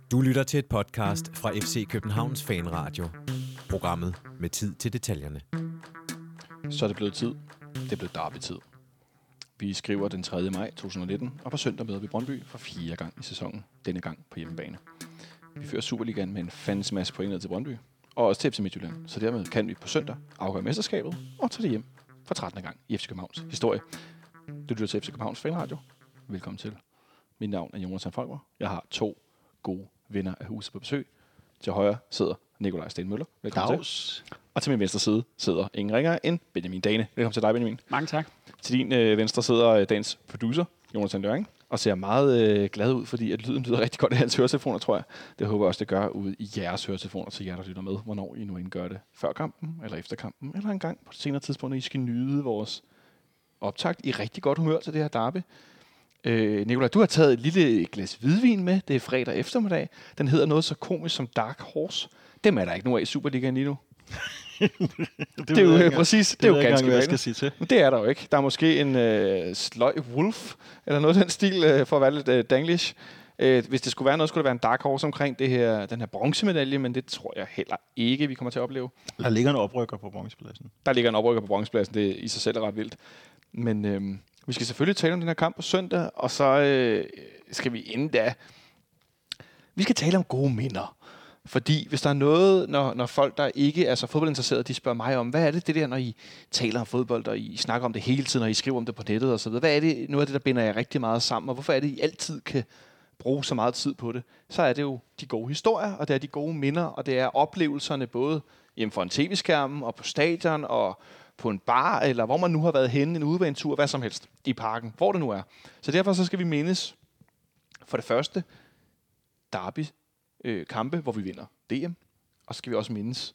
Du lytter til et podcast fra FC Københavns Fanradio. Programmet med tid til detaljerne. Så er det blevet tid. Det er blevet derby-tid. Vi skriver den 3. maj 2019, og på søndag møder vi Brøndby for 4. gang i sæsonen. Denne gang på hjemmebane. Vi fører Superligaen med en fandens masse point ned til Brøndby, og også til FC Midtjylland. Så dermed kan vi på søndag afgøre mesterskabet og tage det hjem for 13. gang i FC Københavns historie. Du lytter til FC Københavns Fanradio. Velkommen til. Mit navn er Jonas Folker. Jeg har 2 gode venner af huset på besøg. Til højre sidder Nikolaj Stenmøller. Velkommen til. Og til min venstre side sidder ingen ringer end Benjamin Dane. Velkommen til dig, Benjamin. Mange tak. Til din venstre sidder dagens producer, Jonathan Løring, og ser meget glad ud, fordi at lyden lyder rigtig godt i hans høretelefoner, tror jeg. Det håber jeg også, det gør ude i jeres høretelefoner, så jer, der lytter med, hvornår I nu end gør det. Før kampen, eller efter kampen, eller en gang på et senere tidspunkt, når I skal nyde vores optakt i rigtig godt humør til det her derby. Nikolaj, du har taget et lille glas hvidvin med. Det er fredag eftermiddag. Den hedder noget så komisk som Dark Horse. Dem er der ikke nogen af i Superligaen lige nu. det er jo præcis. Det er jo ganske hvad skal sige til. Men det er der jo ikke. Der er måske en sløj wolf, eller noget af den stil, for at være lidt danglish. Hvis det skulle være noget, skulle det være en Dark Horse omkring den her bronzemedalje, men det tror jeg heller ikke, vi kommer til at opleve. Der ligger en oprykker på bronzepladsen. Der ligger en oprykker på bronzepladsen. Det er i sig selv ret vildt. Men vi skal selvfølgelig tale om den her kamp på søndag, og så skal vi inden da... Vi skal tale om gode minder. Fordi hvis der er noget, når folk, der ikke er så fodboldinteresserede, de spørger mig om, hvad er det der, når I taler om fodbold, og I snakker om det hele tiden, og I skriver om det på nettet osv. Hvad er det, noget af det, der binder jer rigtig meget sammen, og hvorfor er det, I altid kan bruge så meget tid på det? Så er det jo de gode historier, og det er de gode minder, og det er oplevelserne både hjemme for en tv-skærm, og på stadion, og på en bar, eller hvor man nu har været henne, en udebanetur, hvad som helst, i parken, hvor det nu er. Så derfor så skal vi mindes for det første derby kampe, hvor vi vinder DM, og så skal vi også mindes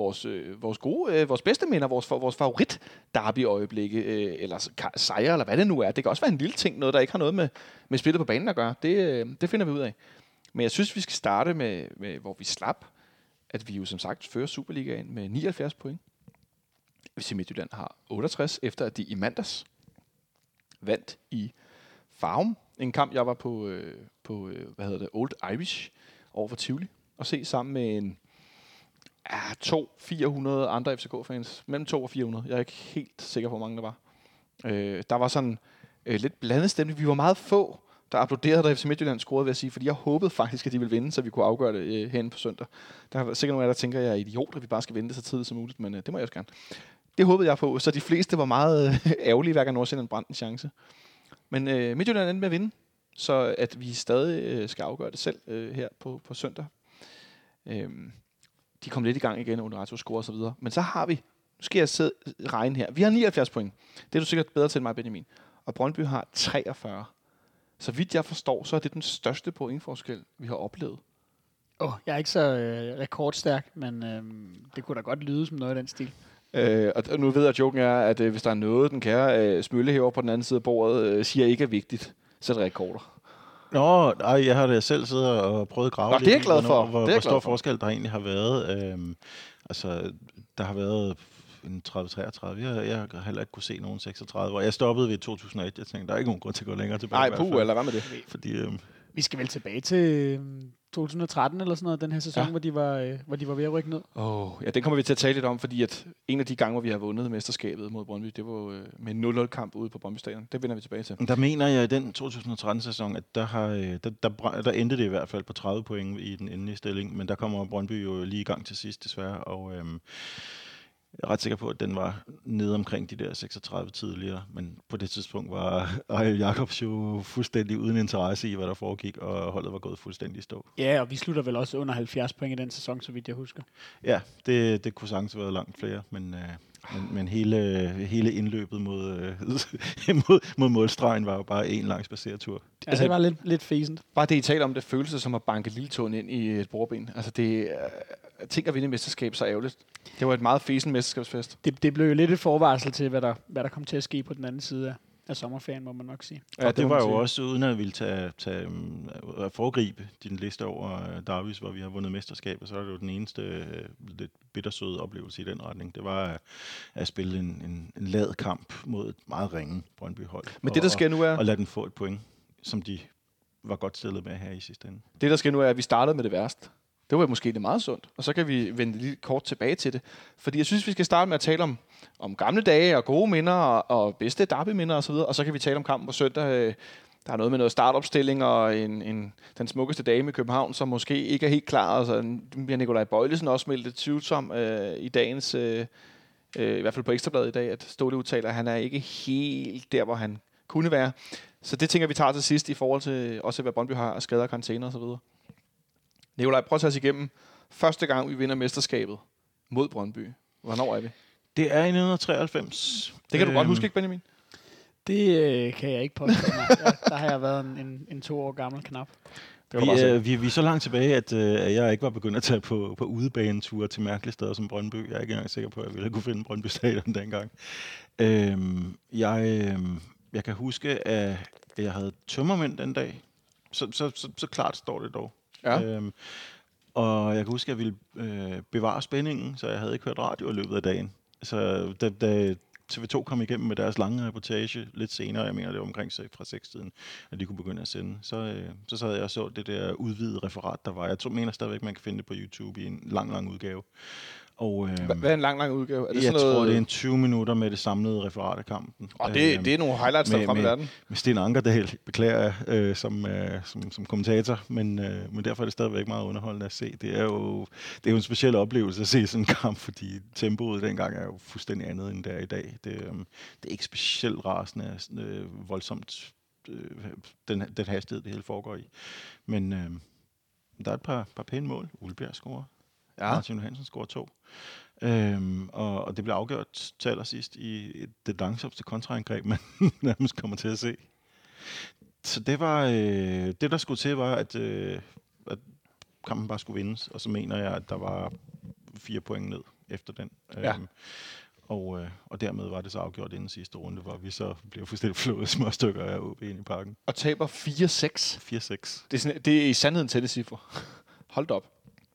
vores bedste minder, vores favorit derby-øjeblikke, eller sejre, eller hvad det nu er. Det kan også være en lille ting, noget der ikke har noget med spillet på banen at gøre. Det finder vi ud af. Men jeg synes, vi skal starte med hvor vi slap, at vi jo som sagt fører Superligaen med 79 point. FC Midtjylland har 68, efter at de i mandags vandt i Farum. En kamp, jeg var på Old Irish over for Tivoli, og se sammen med 400 andre FCK-fans. Mellem 200 og 400. Jeg er ikke helt sikker på, hvor mange der var. Der var sådan lidt blandet stemning. Vi var meget få, der applauderede, da FC Midtjylland scorede, vil jeg sige, fordi jeg håbede faktisk, at de ville vinde, så vi kunne afgøre det herinde på søndag. Der er sikkert nogle af jer, der tænker, at jeg er idiot, at vi bare skal vinde det så tidligt som muligt, men det må jeg også gerne. Det håbede jeg på, så de fleste var meget ærgerlige, hver gang Nordsjælland brændte en chance. Men Midtjylland endte med at vinde, så at vi stadig skal afgøre det selv her på søndag. De kom lidt i gang igen, under Rato score og så videre. Men så har vi, nu skal jeg sidde regne her, vi har 79 point. Det er du sikkert bedre til mig, Benjamin. Og Brøndby har 43. Så vidt jeg forstår, så er det den største pointforskel, vi har oplevet. Jeg er ikke så rekordstærk, men det kunne da godt lyde som noget af den stil. Og nu ved jeg, at joken er, at hvis der er noget, den kære smøllehaver på den anden side af bordet siger ikke er vigtigt, så er det rekorder. Jeg har da selv siddet og prøvet at grave lidt. Det er jeg glad for. Hvor stor forskel der egentlig har været. Der har været en 30-33. Jeg har heller ikke kunne se nogen 36, hvor jeg stoppede ved 2001. Jeg tænkte, der er ikke nogen grund til at gå længere tilbage. Nej, eller hvad med det? Fordi, vi skal vel tilbage til 2013 eller sådan noget, den her sæson, hvor de var ved at rykke ned. Ja, det kommer vi til at tale lidt om, fordi at en af de gange, hvor vi har vundet mesterskabet mod Brøndby, det var med en 0-0-kamp ude på Brøndby Stadion. Det vender vi tilbage til. Der mener jeg, i den 2013-sæson, at der endte det i hvert fald på 30 point i den endelige stilling, men der kommer Brøndby jo lige i gang til sidst, desværre, og jeg er ret sikker på, at den var nede omkring de der 36 tidligere, men på det tidspunkt var Ariel Jacobs jo fuldstændig uden interesse i, hvad der foregik, og holdet var gået fuldstændig i stå. Ja, og vi slutter vel også under 70 point i den sæson, så vidt jeg husker. Ja, det kunne sagtens have været langt flere, men hele indløbet mod målstregen var jo bare en lang spacertur. Ja, det var lidt fæsent. Bare det, I taler om, det følelse som at banke lille tåen ind i et bordben. Altså det tænker at vinde mesterskab så ærgerligt. Det var et meget fæsent mesterskabsfest. Det blev jo lidt et forvarsel til, hvad der kom til at ske på den anden side af sommerferien, må man nok sige. Ja, det var jo også uden at ville foregribe din liste over derbys, hvor vi har vundet mesterskabet, så er det jo den eneste lidt bittersøde oplevelse i den retning. Det var at spille en lad kamp mod et meget ringe Brøndby-hold. Men det, der sker nu er... Og lade den få et point, som de var godt stillet med her i sidste ende. Det, der sker nu, er, at vi startede med det værste. Det var måske det meget sundt. Og så kan vi vende lidt kort tilbage til det. Fordi jeg synes, vi skal starte med at tale om gamle dage og gode minder og bedste derbyminder osv. Og så kan vi tale om kampen på søndag. Der er noget med noget startopstilling og den smukkeste dame i København, som måske ikke er helt klar. Altså, nu bliver Nikolaj Bøjlesen også meldt lidt tvivlsom i dagens, i hvert fald på Ekstrabladet i dag, at Ståle udtaler, at han er ikke helt der, hvor han kunne være. Så det tænker vi tager til sidst i forhold til også, hvad Brøndby har af skader og karantæner osv. Nikolaj, prøv at tage os igennem første gang, vi vinder mesterskabet mod Brøndby. Hvornår er vi? Det er i 1993. Det kan du godt huske, ikke Benjamin? Det kan jeg ikke påstå mig. Der har jeg været en 2 år gammel knap. Vi er så langt tilbage, at jeg ikke var begyndt at tage på udebaneture til mærkelige steder som Brøndby. Jeg er ikke engang sikker på, at jeg ville kunne finde Brøndby Stadion dengang. Jeg kan huske, at jeg havde tømmermænd den dag. Så klart står det dog. Ja. Og jeg kan huske, at jeg ville bevare spændingen, så jeg havde ikke hørt radio i løbet af dagen. Så da TV2 kom igennem med deres lange reportage lidt senere, jeg mener det var omkring fra 6-tiden, at de kunne begynde at sende, så sad jeg og så det der udvidede referat, der var. Jeg mener stadigvæk, man kan finde det på YouTube i en lang udgave. Og, hvad er en lang udgave? Er det jeg sådan noget... tror, det er en 20 minutter med det samlede referat af kampen. Og det er nogle highlights, der frem i verden. Med Sten Ankerdal, beklager jeg, som kommentator, men derfor er det stadigvæk meget underholdende at se. Det er jo en speciel oplevelse at se sådan en kamp, fordi tempoet dengang er jo fuldstændig andet end der i dag. Det er ikke specielt rasende, voldsomt, den hastighed, det hele foregår i. Men der er et par pæne mål. Ulbjerg scorer. Ja. Martin Johansen scorer 2. Og det blev afgjort til allersidst i det langsomste kontraangreb, man nærmest kommer til at se. Så det var det, der skulle til, var, at kampen bare skulle vindes. Og så mener jeg, at der var 4 point ned efter den. Ja. Og dermed var det så afgjort inden sidste runde, hvor vi så blev fuldstændig flået små stykker af OB ind i parken. Og taber 4-6. 4-6. Det er i sandheden tætte cifre. Hold da op.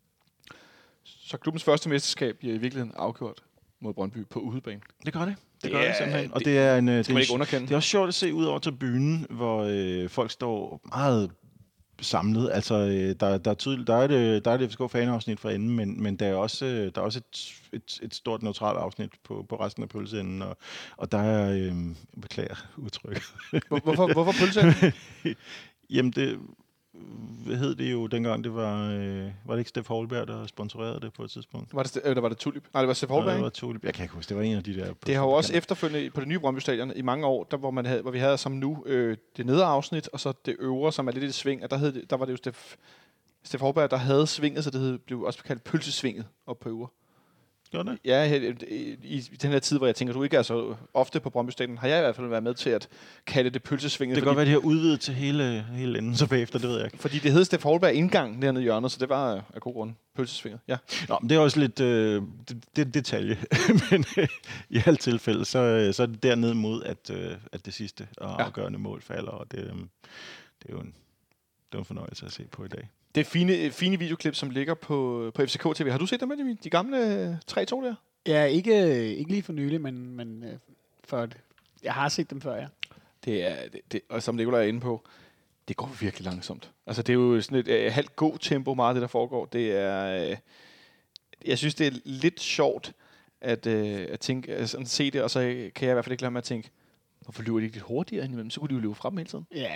Så klubbens første mesterskab bliver i virkeligheden afgjort mod Brøndby på udebane. Det gør det. Det gør det simpelthen. Og det er en det ikke underkende. Det er også sjovt at se ud over tribunen, hvor folk står meget samlet. Altså der er tydeligt, der er det FCK fanafsnit for enden, men der er også et stort neutralt afsnit på resten af pølseenden, og der er beklager udtryk. Hvorfor pølseenden? Jamen hvad hed det jo dengang, det var det ikke Steff Holberg, der sponsorerede det på et tidspunkt? Var det Tulip? Nej, det var Steff Holberg, det var Tulip. Jeg kan ikke huske, det var en af de der... Det har jo også efterfølgende på det nye Brøndby Stadion i mange år, der, hvor vi havde som nu det nedre afsnit, og så det øvre, som er lidt i sving, og der var det jo Steff Holberg, der havde svinget, så det blev også kaldt pølsesvinget op på øvre. Gjorde det? Ja, i den her tid, hvor jeg tænker, du ikke er så ofte på Brøndby Stadion, har jeg i hvert fald været med til at kalde det pølsesvinget. Det kan godt være, det har udvidet til hele enden, så bagefter, det ved jeg ikke. Fordi det hed Steff Holberg indgang dernede i hjørnet, så det var af god grund pølsesvinget. Ja. Nå, men det er også lidt detalje, men i alt tilfælde, så er det dernede mod, at det sidste og afgørende mål falder, og det er jo en fornøjelse at se på i dag. Det er fine videoklip, som ligger på FCK TV. Har du set dem, Benjamin? De gamle 3-2 der? Ja, ikke lige for nylig, men jeg har set dem før, ja. Det og som Nikolaj er inde på, det går virkelig langsomt. Altså, det er jo sådan et halvt god tempo, meget det, der foregår. Det er... jeg synes, det er lidt sjovt at tænke, at se det, og så kan jeg i hvert fald ikke lade mig at tænke, hvorfor løber de ikke lidt hurtigere indimellem? Så kunne de jo løbe frem hele tiden. Ja,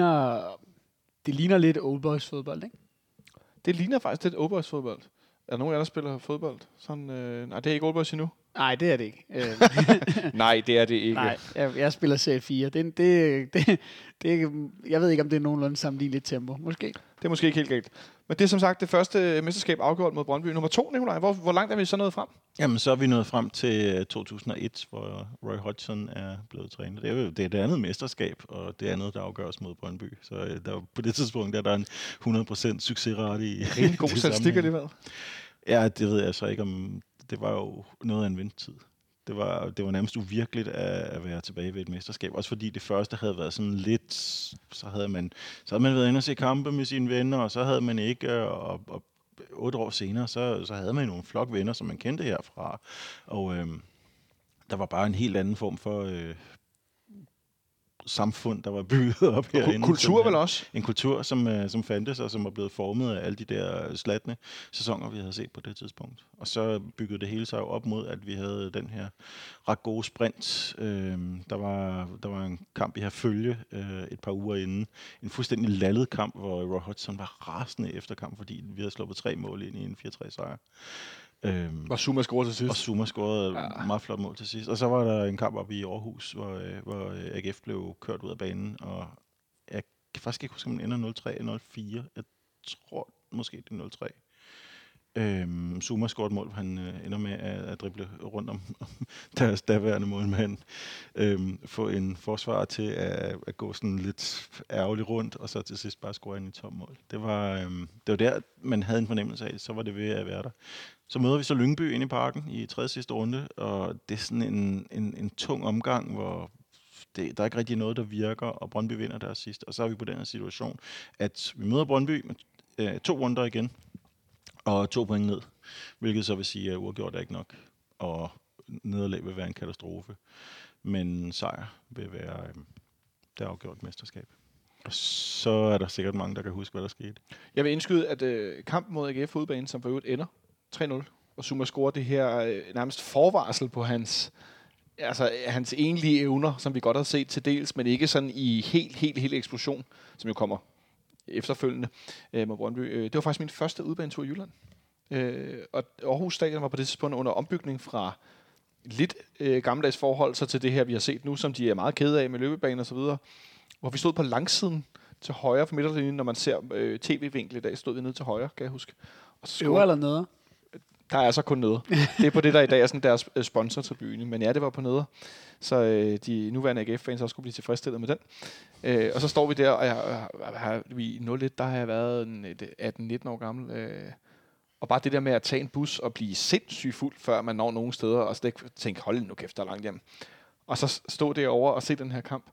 det ligner lidt Old Boys fodbold, ikke? Det ligner faktisk lidt Old Boys fodbold. Er der nogen af jer, der spiller fodbold? Sådan, nej, det er ikke Old Boys endnu. Nej, det er det ikke. Nej, det er det ikke. Nej, jeg spiller serie 4. Jeg ved ikke, om det er nogenlunde sammenligneligt tempo. Måske. Det er måske ikke helt galt. Men det er som sagt det første mesterskab afgjort mod Brøndby. Nummer 2, Nikolaj. Hvor langt er vi så nået frem? Jamen, så er vi nået frem til 2001, hvor Roy Hodgson er blevet trænet. Det er det andet mesterskab, og det andet, der afgøres mod Brøndby. Så på det tidspunkt er der en 100% succesrate i en god statistik alligevel. Ja, det ved jeg så ikke om... Det var jo noget af en ventetid. Det var nærmest uvirkeligt at være tilbage ved et mesterskab. Også fordi det første havde været sådan lidt... Så havde man været inde og se kampe med sine venner, og så havde man ikke... Og 8 år senere, så havde man nogle flok venner, som man kendte herfra. Og der var bare en helt anden form for samfund, der var bygget op herinde. Kultur vel også? En kultur, som fandtes, og som var blevet formet af alle de der slatne sæsoner, vi havde set på det tidspunkt. Og så byggede det hele sig op mod, at vi havde den her ret gode sprint. Der var en kamp i Herfølge et par uger inden. En fuldstændig lallet kamp, hvor Roy Hodgson var rasende efter kamp, fordi vi havde sluppet 3 mål ind i en 4-3 sejr. Og Zuma scorede til sidst. Og Zuma scorede meget flot mål til sidst. Og så var der en kamp oppe i Aarhus, hvor AGF blev kørt ud af banen, og jeg kan faktisk ikke huske, om den ender 0-3 eller 0-4. Jeg tror måske, det er 0-3. Zuma scorede et mål, han ender med at drible rundt om deres daværende målmand. Få en forsvar til at gå sådan lidt ærgerligt rundt, og så til sidst bare score ind i tom mål. Det var der, man havde en fornemmelse af, så var det ved at være der. Så møder vi så Lyngby inde i parken i 3. sidste runde, og det er sådan en tung omgang, hvor der er ikke rigtig noget, der virker, og Brøndby vinder der sidst. Og så er vi på den her situation, at vi møder Brøndby med 2 runder igen, og 2 point ned, hvilket så vil sige, at uafgjort er ikke nok, og nederlag vil være en katastrofe. Men sejr vil være det afgjort mesterskab. Og så er der sikkert mange, der kan huske, hvad der skete. Jeg vil indskyde, at kampen mod AGF udbanen, som for øvrigt ender 3-0, og Zuma scorer det her nærmest forvarsel på hans egentlige evner, som vi godt har set til dels, men ikke sådan i helt eksplosion, som jo kommer efterfølgende med Brøndby. Det var faktisk min første udbanetur i Jylland. Og Aarhus Stadion var på det tidspunkt under ombygning fra lidt gammeldags forhold så til det her, vi har set nu, som de er meget kede af med løbebanen og så videre. Hvor vi stod på langsiden til højre for midterlinjen, når man ser tv-vinkel i dag, stod vi nede til højre, kan jeg huske. Øver eller nede? Der er altså kun nede. Det er på det, der i dag er sådan deres sponsortribune. Men ja, det var på nede. Så de nuværende AGF-fans også kunne blive tilfredsstillet med den. Og så står vi der, og i 0-1, der har jeg været 18-19 år gammel. Og bare det der med at tage en bus og blive sindssygt fuld, før man når nogle steder, og så tænke, hold nu kæft, der er langt hjem. Og så stå derovre og se den her kamp.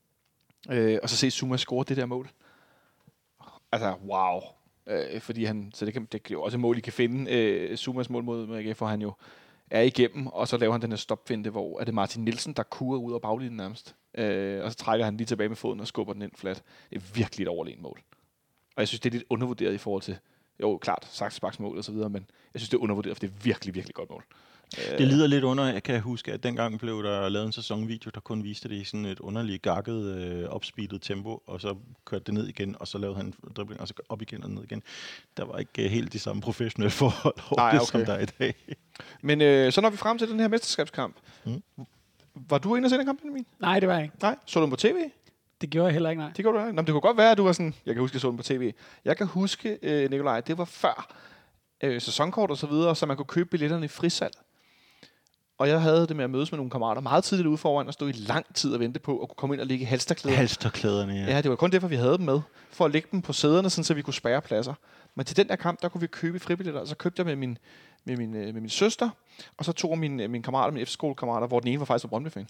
Og så se Zuma score det der mål. Altså, wow. Fordi så det er jo også et mål, I kan finde. Zumas mål mod AGF, hvor han jo er igennem, og så laver han den her stopfinte, hvor er det Martin Nielsen, der kurer ud af baglinjen nærmest. Og så trækker han lige tilbage med foden og skubber den ind flat. Det er virkelig et overlegent mål. Og jeg synes, det er lidt undervurderet i forhold til, jo klart, saksesparksmål og så videre, men jeg synes, det er undervurderet, for det er virkelig, virkelig godt mål. Det lider lidt under, jeg kan huske, at dengang blev der lavet en sæsonvideo, der kun viste det i sådan et underligt gakket, opspeedet tempo, og så kørte det ned igen, og så lavede han dribling, og så op igen og ned igen. Der var ikke helt de samme professionelle forhold over det, som der er i dag. Men så når vi frem til den her mesterskabskamp. Var du inde og se den kamp, Benjamin? Nej, det var jeg ikke. Nej, så du den på tv? Det gjorde jeg heller ikke, nej. Det gjorde du ikke? Nå, det kunne godt være, at du var sådan, jeg kan huske, at jeg så den på tv. Jeg kan huske, Nikolaj, det var før sæsonkort og så videre, så man kunne købe billetterne i frisalg. Og jeg havde det med at mødes med nogle kammerater meget tidligt ude foran og stå i lang tid og vente på at kunne komme ind og ligge i halsterklæderne, ja. Ja, det var kun derfor, vi havde dem med. For at lægge dem på sæderne, så vi kunne spærre pladser. Men til den der kamp, der kunne vi købe fribilletter. Og så købte jeg med min søster, og så tog min kammerater, mine efterskolekammerater, hvor den ene var faktisk Brøndby-fan.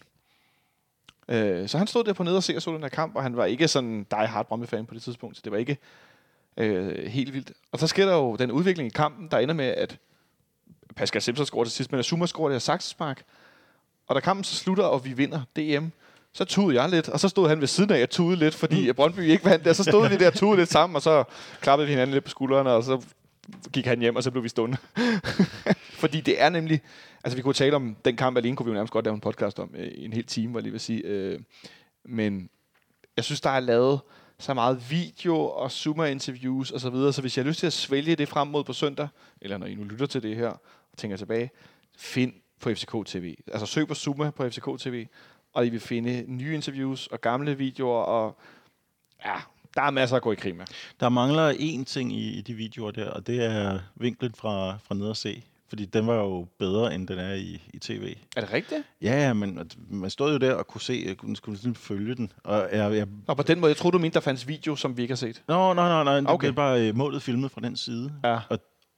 Så han stod der på nede og så den her kamp, og han var ikke sådan die-hard Brøndby-fan på det tidspunkt, så det var ikke helt vildt. Og så sker der jo den udvikling i kampen, der ender med, at Pascal Simpson scorer til sidst, men Zuma scorer det her saksespark. Og da kampen så slutter, og vi vinder DM, så tudede jeg lidt, og så stod han ved siden af, at tude lidt, fordi Brøndby ikke vandt der. Så stod vi der og tudede lidt sammen, og så klappede vi hinanden lidt på skuldrene, og så gik han hjem, og så blev vi stående. Fordi det er nemlig, altså vi kunne tale om den kamp alene, kunne vi jo nærmest godt lave en podcast om i en hel time, var lige vil sige. Men jeg synes, der er lavet så meget video og Zuma-interviews og så videre, så hvis jeg har lyst til at svælge det frem mod på søndag, eller når I nu lytter til det her og tænker tilbage, find på FCK TV. Altså søg på Zuma på FCK TV, og I vil finde nye interviews og gamle videoer, og ja, der er masser at gå i krig med. Der mangler én ting i de videoer der, og det er vinklen fra ned og se. Fordi den var jo bedre, end den er i tv. Er det rigtigt? Ja, men man stod jo der og kunne se, kunne sådan følge den. Og på den måde, jeg troede, du mente, der fandt video, som vi ikke har set. Nej. Okay. Det er bare målet filmet fra den side. Ja. Og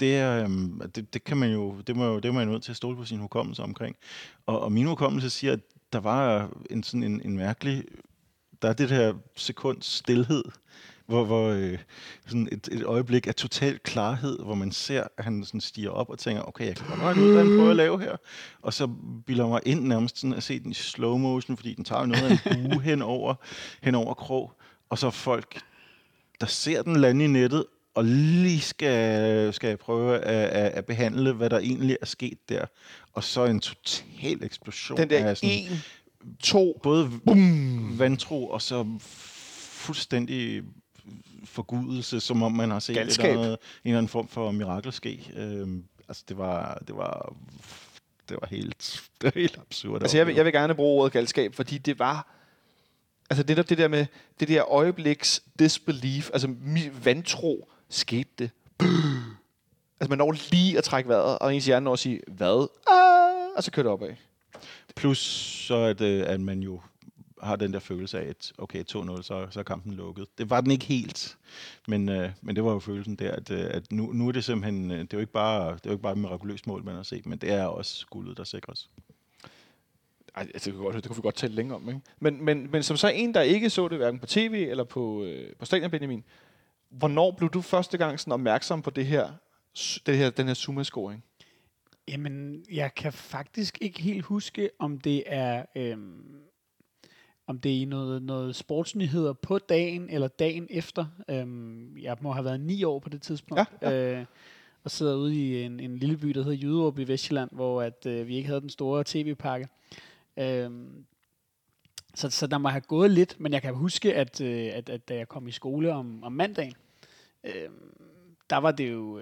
det kan man jo, det er man jo nødt til at stole på sin hukommelse omkring. Og min hukommelse siger, at der var en mærkelig, der er det her sekund stilhed hvor sådan et øjeblik af total klarhed, hvor man ser, at han sådan stiger op og tænker, okay, jeg kan godt regne ud, hvad han prøver at lave her. Og så bilder mig ind nærmest sådan at se den i slow motion, fordi den tager jo noget af en bue hen over krog. Og så folk, der ser den lande i nettet, og lige skal prøve at behandle, hvad der egentlig er sket der. Og så en total eksplosion. Den der af sådan, 1, 2, både vantro og så fuldstændig forgudelse, som om man har set en eller anden form for mirakel ske. Altså det var helt absurd. Altså jeg vil gerne bruge ordet galskab, fordi det var altså netop det der med det der øjebliks disbelief, altså vantro, skete det. Altså man når lige at trække vejret, og ens hjerne når at sige, hvad? Og så kører det opad. Plus så at man jo har den der følelse af, at okay, 2-0, så er kampen lukket. Det var den ikke helt, men det var jo følelsen der, at nu er det simpelthen, det er jo ikke bare et mirakuløst mål, man har set, men det er også guldet, der sikres. Ej, altså, det kunne vi godt tale længere om, ikke? Men som så en, der ikke så det hverken på tv eller på stadion, Benjamin, hvornår blev du første gang sådan opmærksom på den her Zuma-scoring? Jamen, jeg kan faktisk ikke helt huske, om det er i noget sportsnyheder på dagen eller dagen efter. Jeg må have været 9 år på det tidspunkt. Ja. Og sidder ude i en lille by, der hedder Jyderup i Vestjylland, hvor vi ikke havde den store tv-pakke. Så der må have gået lidt, men jeg kan huske, at da jeg kom i skole om mandagen, der var det jo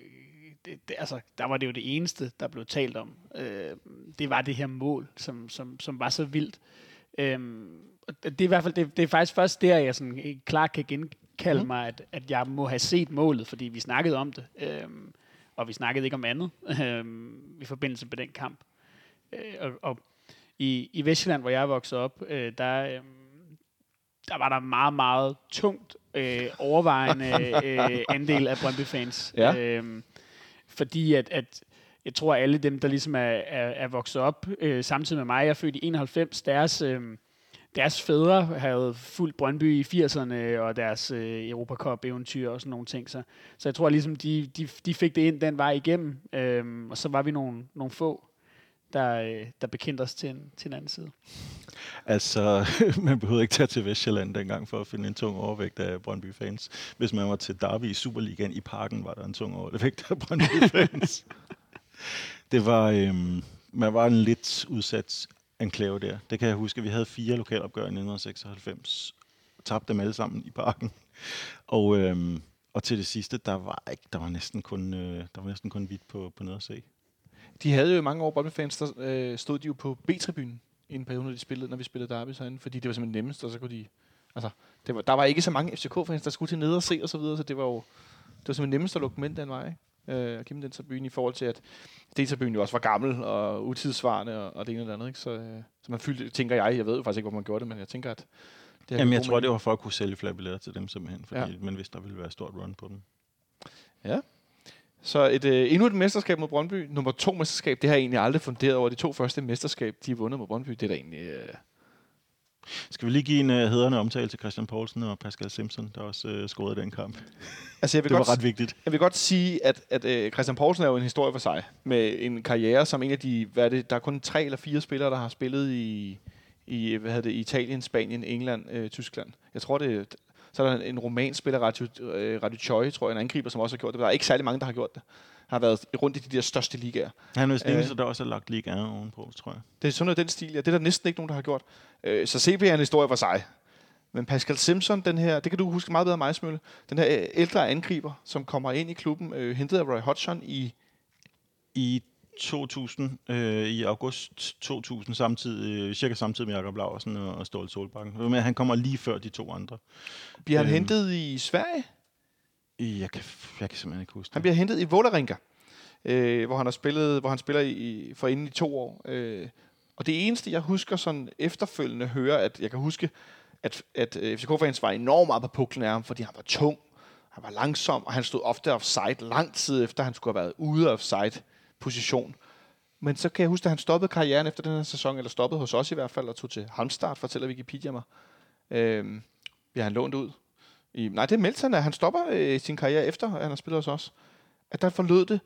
der var det jo det eneste, der blev talt om. Det var det her mål, som var så vildt. Det er i hvert fald det er faktisk først der, jeg sådan klart kan genkalde mig, at jeg må have set målet, fordi vi snakkede om det, og vi snakkede ikke om andet i forbindelse med den kamp. Og i Vestjylland, hvor jeg er vokset op, der var der meget, meget tungt overvejende andel af Brøndby-fans. Ja. Fordi at jeg tror, at alle dem, der ligesom er vokset op samtidig med mig, jeg er født i 91, deres fædre havde fulgt Brøndby i 80'erne, og deres Europacup-eventyr og sådan nogle ting. Så jeg tror ligesom, de fik det ind den vej igennem, og så var vi nogle få, der bekendte os til en anden side. Altså, man behøvede ikke tage til Vestjylland dengang for at finde en tung overvægt af Brøndby-fans. Hvis man var til Derby i Superligaen i Parken, var der en tung overvægt af Brøndby-fans. Det var, man var en lidt udsat enklave der. Det kan jeg huske. Vi havde 4 lokalopgør i 1996. Tabte dem alle sammen i Parken. Og til det sidste, der var næsten kun hvidt på noget at se. De havde jo i mange år Brøndby-fans, der stod de jo på B-tribunen i en periode, når vi spillede derby herinde, fordi det var simpelthen nemmest, og så kunne de... Altså, der var ikke så mange FCK-fans, der skulle til ned og se og så videre, så det var simpelthen nemmest at lukke dem ind den vej, og give dem den tribune, i forhold til, at D-tribunen jo også var gammel og utidssvarende og det ene eller andet, ikke? Så man fyldte, tænker jeg ved jo faktisk ikke, hvor man gjorde det, men jeg tænker, at... Jamen, jeg tror, det var for at kunne sælge flere billetter til dem simpelthen, fordi man vidste, der ville være et stort run på dem. Ja. Så endnu et mesterskab mod Brøndby. Nummer 2 mesterskab, det har jeg egentlig aldrig funderet over. De 2 første mesterskab, de har vundet mod Brøndby, det er da egentlig... Skal vi lige give en hædrende omtale til Christian Poulsen og Pascal Simpson, der også scorede den kamp? Altså, det var ret vigtigt. Jeg vil godt sige, at Christian Poulsen er jo en historie for sig, med en karriere som en af de... der er kun 3 eller 4 spillere, der har spillet i Italien, Spanien, England, Tyskland. Jeg tror, så er der en romanspiller, Radio Choi, tror jeg, en angriber, som også har gjort det. Der er ikke særlig mange, der har gjort det. Han har været rundt i de der største ligaer. Han er jo eneste, der også har lagt ligaen ovenpå, tror jeg. Det er sådan noget den stil, ja. Det er der næsten ikke nogen, der har gjort. Så CP er en historie for sig. Men Pascal Simpson, den her, det kan du huske meget bedre end mig, Smølle. Den her ældre angriber, som kommer ind i klubben, hentet af Roy Hodgson i 2000, i august 2000, cirka samtidig med Jakob Laursen og Ståle Solbakken. Men han kommer lige før de 2 andre. Bliver han hentet i Sverige? Jeg kan simpelthen ikke huske det. Han bliver hentet i Vålerenga, hvor han spiller for inden i 2 år. Og det eneste, jeg husker sådan efterfølgende hører, at jeg kan huske, at FCK-fans var enormt meget på puklen af ham, fordi han var tung, han var langsom, og han stod ofte offside lang tid efter, han skulle have været ude af offside-position. Men så kan jeg huske, at han stoppede karrieren efter den her sæson, eller stoppede hos os i hvert fald, og tog til Halmstad, fortæller Wikipedia mig. Bliver han lånt ud Nej, det meldte han, at han stopper sin karriere efter, at han har spillet hos os. At der forlød det,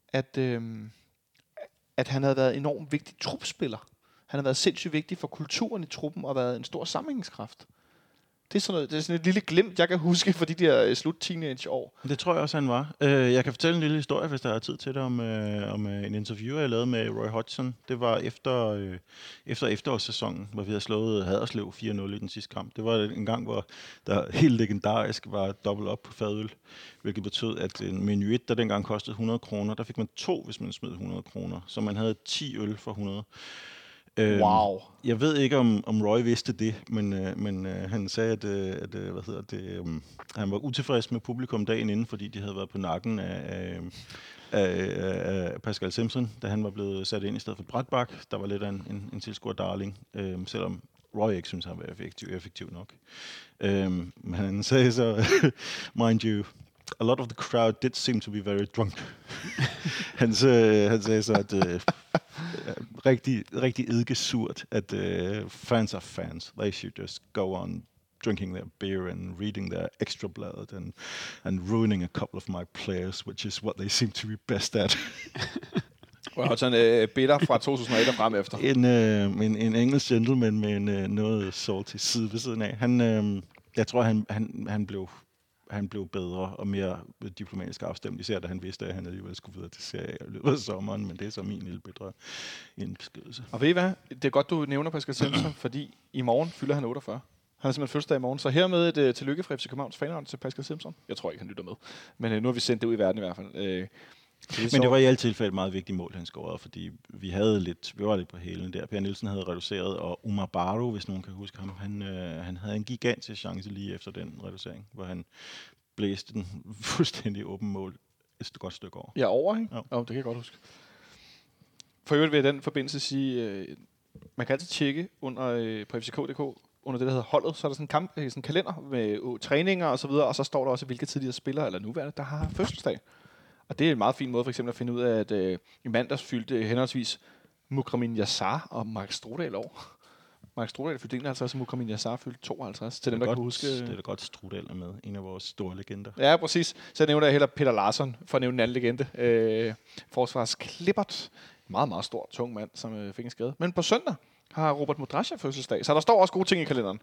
at han havde været enormt vigtig trupspiller. Han har været sindssygt vigtig for kulturen i truppen og været en stor sammenhængskraft. Det er sådan et lille glimt, jeg kan huske for de der slut-teenage-år. Det tror jeg også, han var. Jeg kan fortælle en lille historie, hvis der er tid til det, om en interview, jeg lavede med Roy Hodgson. Det var efter efterårssæsonen, hvor vi havde slået Haderslev 4-0 i den sidste kamp. Det var en gang, hvor der helt legendarisk var dobbelt op på fadøl, hvilket betød, at en menu 1, der dengang kostede 100 kroner, der fik man 2, hvis man smed 100 kroner. Så man havde 10 øl for 100. Wow. Jeg ved ikke, om Roy vidste det, men han sagde, at han var utilfreds med publikum dagen inden, fordi de havde været på nakken af Pascal Simpson, da han var blevet sat ind i stedet for Bratbak. Der var lidt af en tilskuer darling, selvom Roy ikke synes, han var effektiv nok. Men han sagde så, mind you, a lot of the crowd did seem to be very drunk. han sagde så, at rigtig eddikesurt, at fans are fans. They should just go on drinking their beer and reading their extra blood and ruining a couple of my players, which is what they seem to be best at. Og sådan bitter fra 2001 og frem efter. En engelsk gentleman med en noget salty side ved siden af. Jeg tror, han blev bedre og mere diplomatisk afstemt, især da han vidste, at han alligevel skulle videre til serie i løbet af sommeren, men det er så min lille bedre indbeskrivelse. Og ved I hvad? Det er godt, du nævner Pascal Simpson, fordi i morgen fylder han 48. Han har simpelthen fødselsdag i morgen, så hermed et tillykke fra FC Københavns fanradio til Pascal Simpson. Jeg tror ikke, han lytter med, men nu har vi sendt det ud i verden i hvert fald. Men det var i alle tilfælde et meget vigtigt mål, han scorede, fordi vi var lidt på hælen der. Per Nielsen havde reduceret, og Omar Barrow, hvis nogen kan huske ham, han havde en gigantisk chance lige efter den reducering, hvor han blæste den fuldstændig åben mål et godt stykke over. Ja, over, ikke? Ja. Det kan jeg godt huske. For øvrigt vil jeg i den forbindelse sige, man kan altid tjekke på fck.dk, under det, der hedder holdet, så er der sådan en kalender med træninger og så videre, og så står der også, hvilke tidligere spillere eller nuværende, der har fødselsdag. Og det er en meget fin måde for eksempel at finde ud af, at i mandags fyldte henholdsvis Mukramin Yassar og Mark Strudal år. Mark Strudal fyldte 51, og Mukramin Yassar fyldte 52. Til dem, der kan huske. Det er da godt, Strudal er med. En af vores store legender. Ja, præcis. Så nævner jeg heller Peter Larsson, for at nævne en anden legende. Forsvars Klippert. Meget, meget stor, tung mand, som fik en skade. Men på søndag har Robert Modrasja fødselsdag, så der står også gode ting i kalenderen.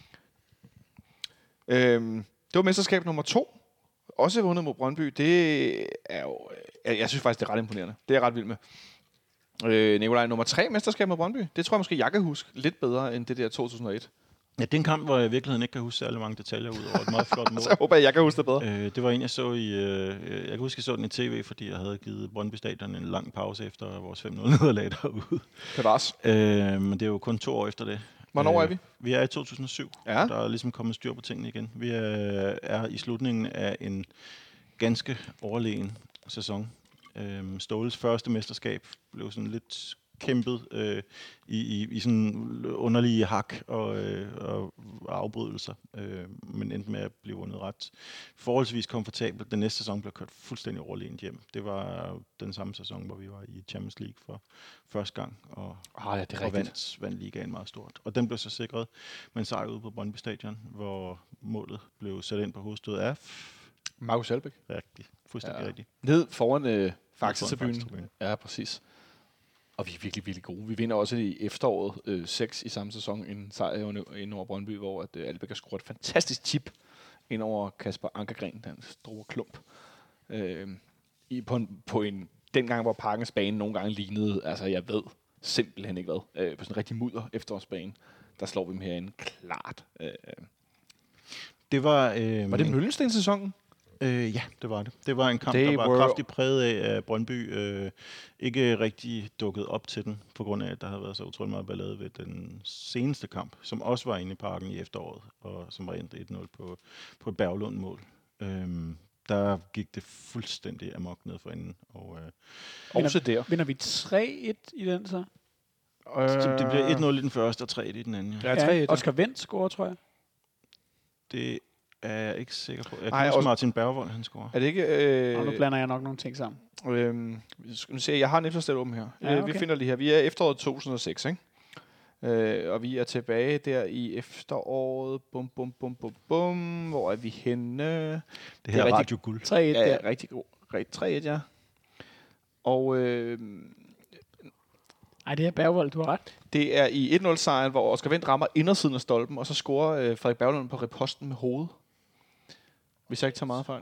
Det var mesterskab nummer 2. Også vundet mod Brøndby. Det er jo... Jeg synes faktisk, det er ret imponerende. Det er jeg ret vild med. Nikolaj, nummer 3 mesterskab mod Brøndby. Det tror jeg måske, jeg kan huske lidt bedre end det der 2001. Ja, det er en kamp, hvor jeg i virkeligheden ikke kan huske særlig mange detaljer ud over et meget flot mål. Så jeg håber, jeg kan huske det bedre. Det var en, jeg så i... jeg kan huske, jeg så den i tv, fordi jeg havde givet Brøndby Stadion en lang pause efter vores 5-0 nederlag derude. Bevares. Men det er jo kun 2 år efter det. Hvornår er vi? Vi er i 2007. Ja. Der er ligesom kommet styr på tingene igen. Vi er i slutningen af en ganske overlegen sæson. Ståles første mesterskab blev sådan lidt kæmpet i sådan underlige hak og afbrydelser, men endte med at blive vundet ret forholdsvis komfortabelt. Den næste sæson blev kørt fuldstændig overlegent hjem. Det var den samme sæson, hvor vi var i Champions League for første gang, og vandt ligaen meget stort. Og den blev så sikret med en sejr ude på Brøndby Stadion, hvor målet blev sat ind på hovedstød af Markus Albæk. Rigtigt. Fuldstændig rigtigt. Ned foran Faxe-tribunen. Ja, præcis. Og vi er virkelig, virkelig gode. Vi vinder også i efteråret 6 i samme sæson en sejr ind over Brøndby, hvor at Albæk har scoret et fantastisk chip ind over Kasper Ankergren, den store klump. På en dengang, hvor Parkens bane nogle gange lignede, altså jeg ved simpelthen ikke hvad, på sådan en rigtig mudder efterårsbane, der slår vi dem herinde klart. Det var det Møllensten-sæsonen? Ja, det var det. Det var en kamp, der var kraftigt præget af Brøndby. Ikke rigtig dukket op til den, på grund af, at der havde været så utrolig meget ballade ved den seneste kamp, som også var inde i parken i efteråret, og som var endt 1-0 på et Berglund-mål. Der gik det fuldstændig amok ned for enden. Vinder vi 3-1 i den så? Det bliver 1-0 i den første, og 3-1 i den anden. Ja. Oscar Wendt scorer, tror jeg. Det er jeg ikke sikker på. Jeg kan huske Martin Bergvold, han scorer. Er det ikke... nu blander jeg nok nogle ting sammen. Nu ser jeg har en efterstat åben her. Ja, okay. Vi finder lige her. Vi er efteråret 2006, ikke? Og vi er tilbage der i efteråret. Bum, bum, bum, bum, bum. Hvor er vi henne? Det her er radio-guld. 3-1 Ja, der. rigtig god. 3-1, ja. Og Ej, det er Bergvold, du har ret. det er i 1-0-sejren, hvor Oscar Wendt rammer indersiden af stolpen, og så scorer Frederik Berglund på riposten med hovedet. Hvis jeg ikke tager meget fejl.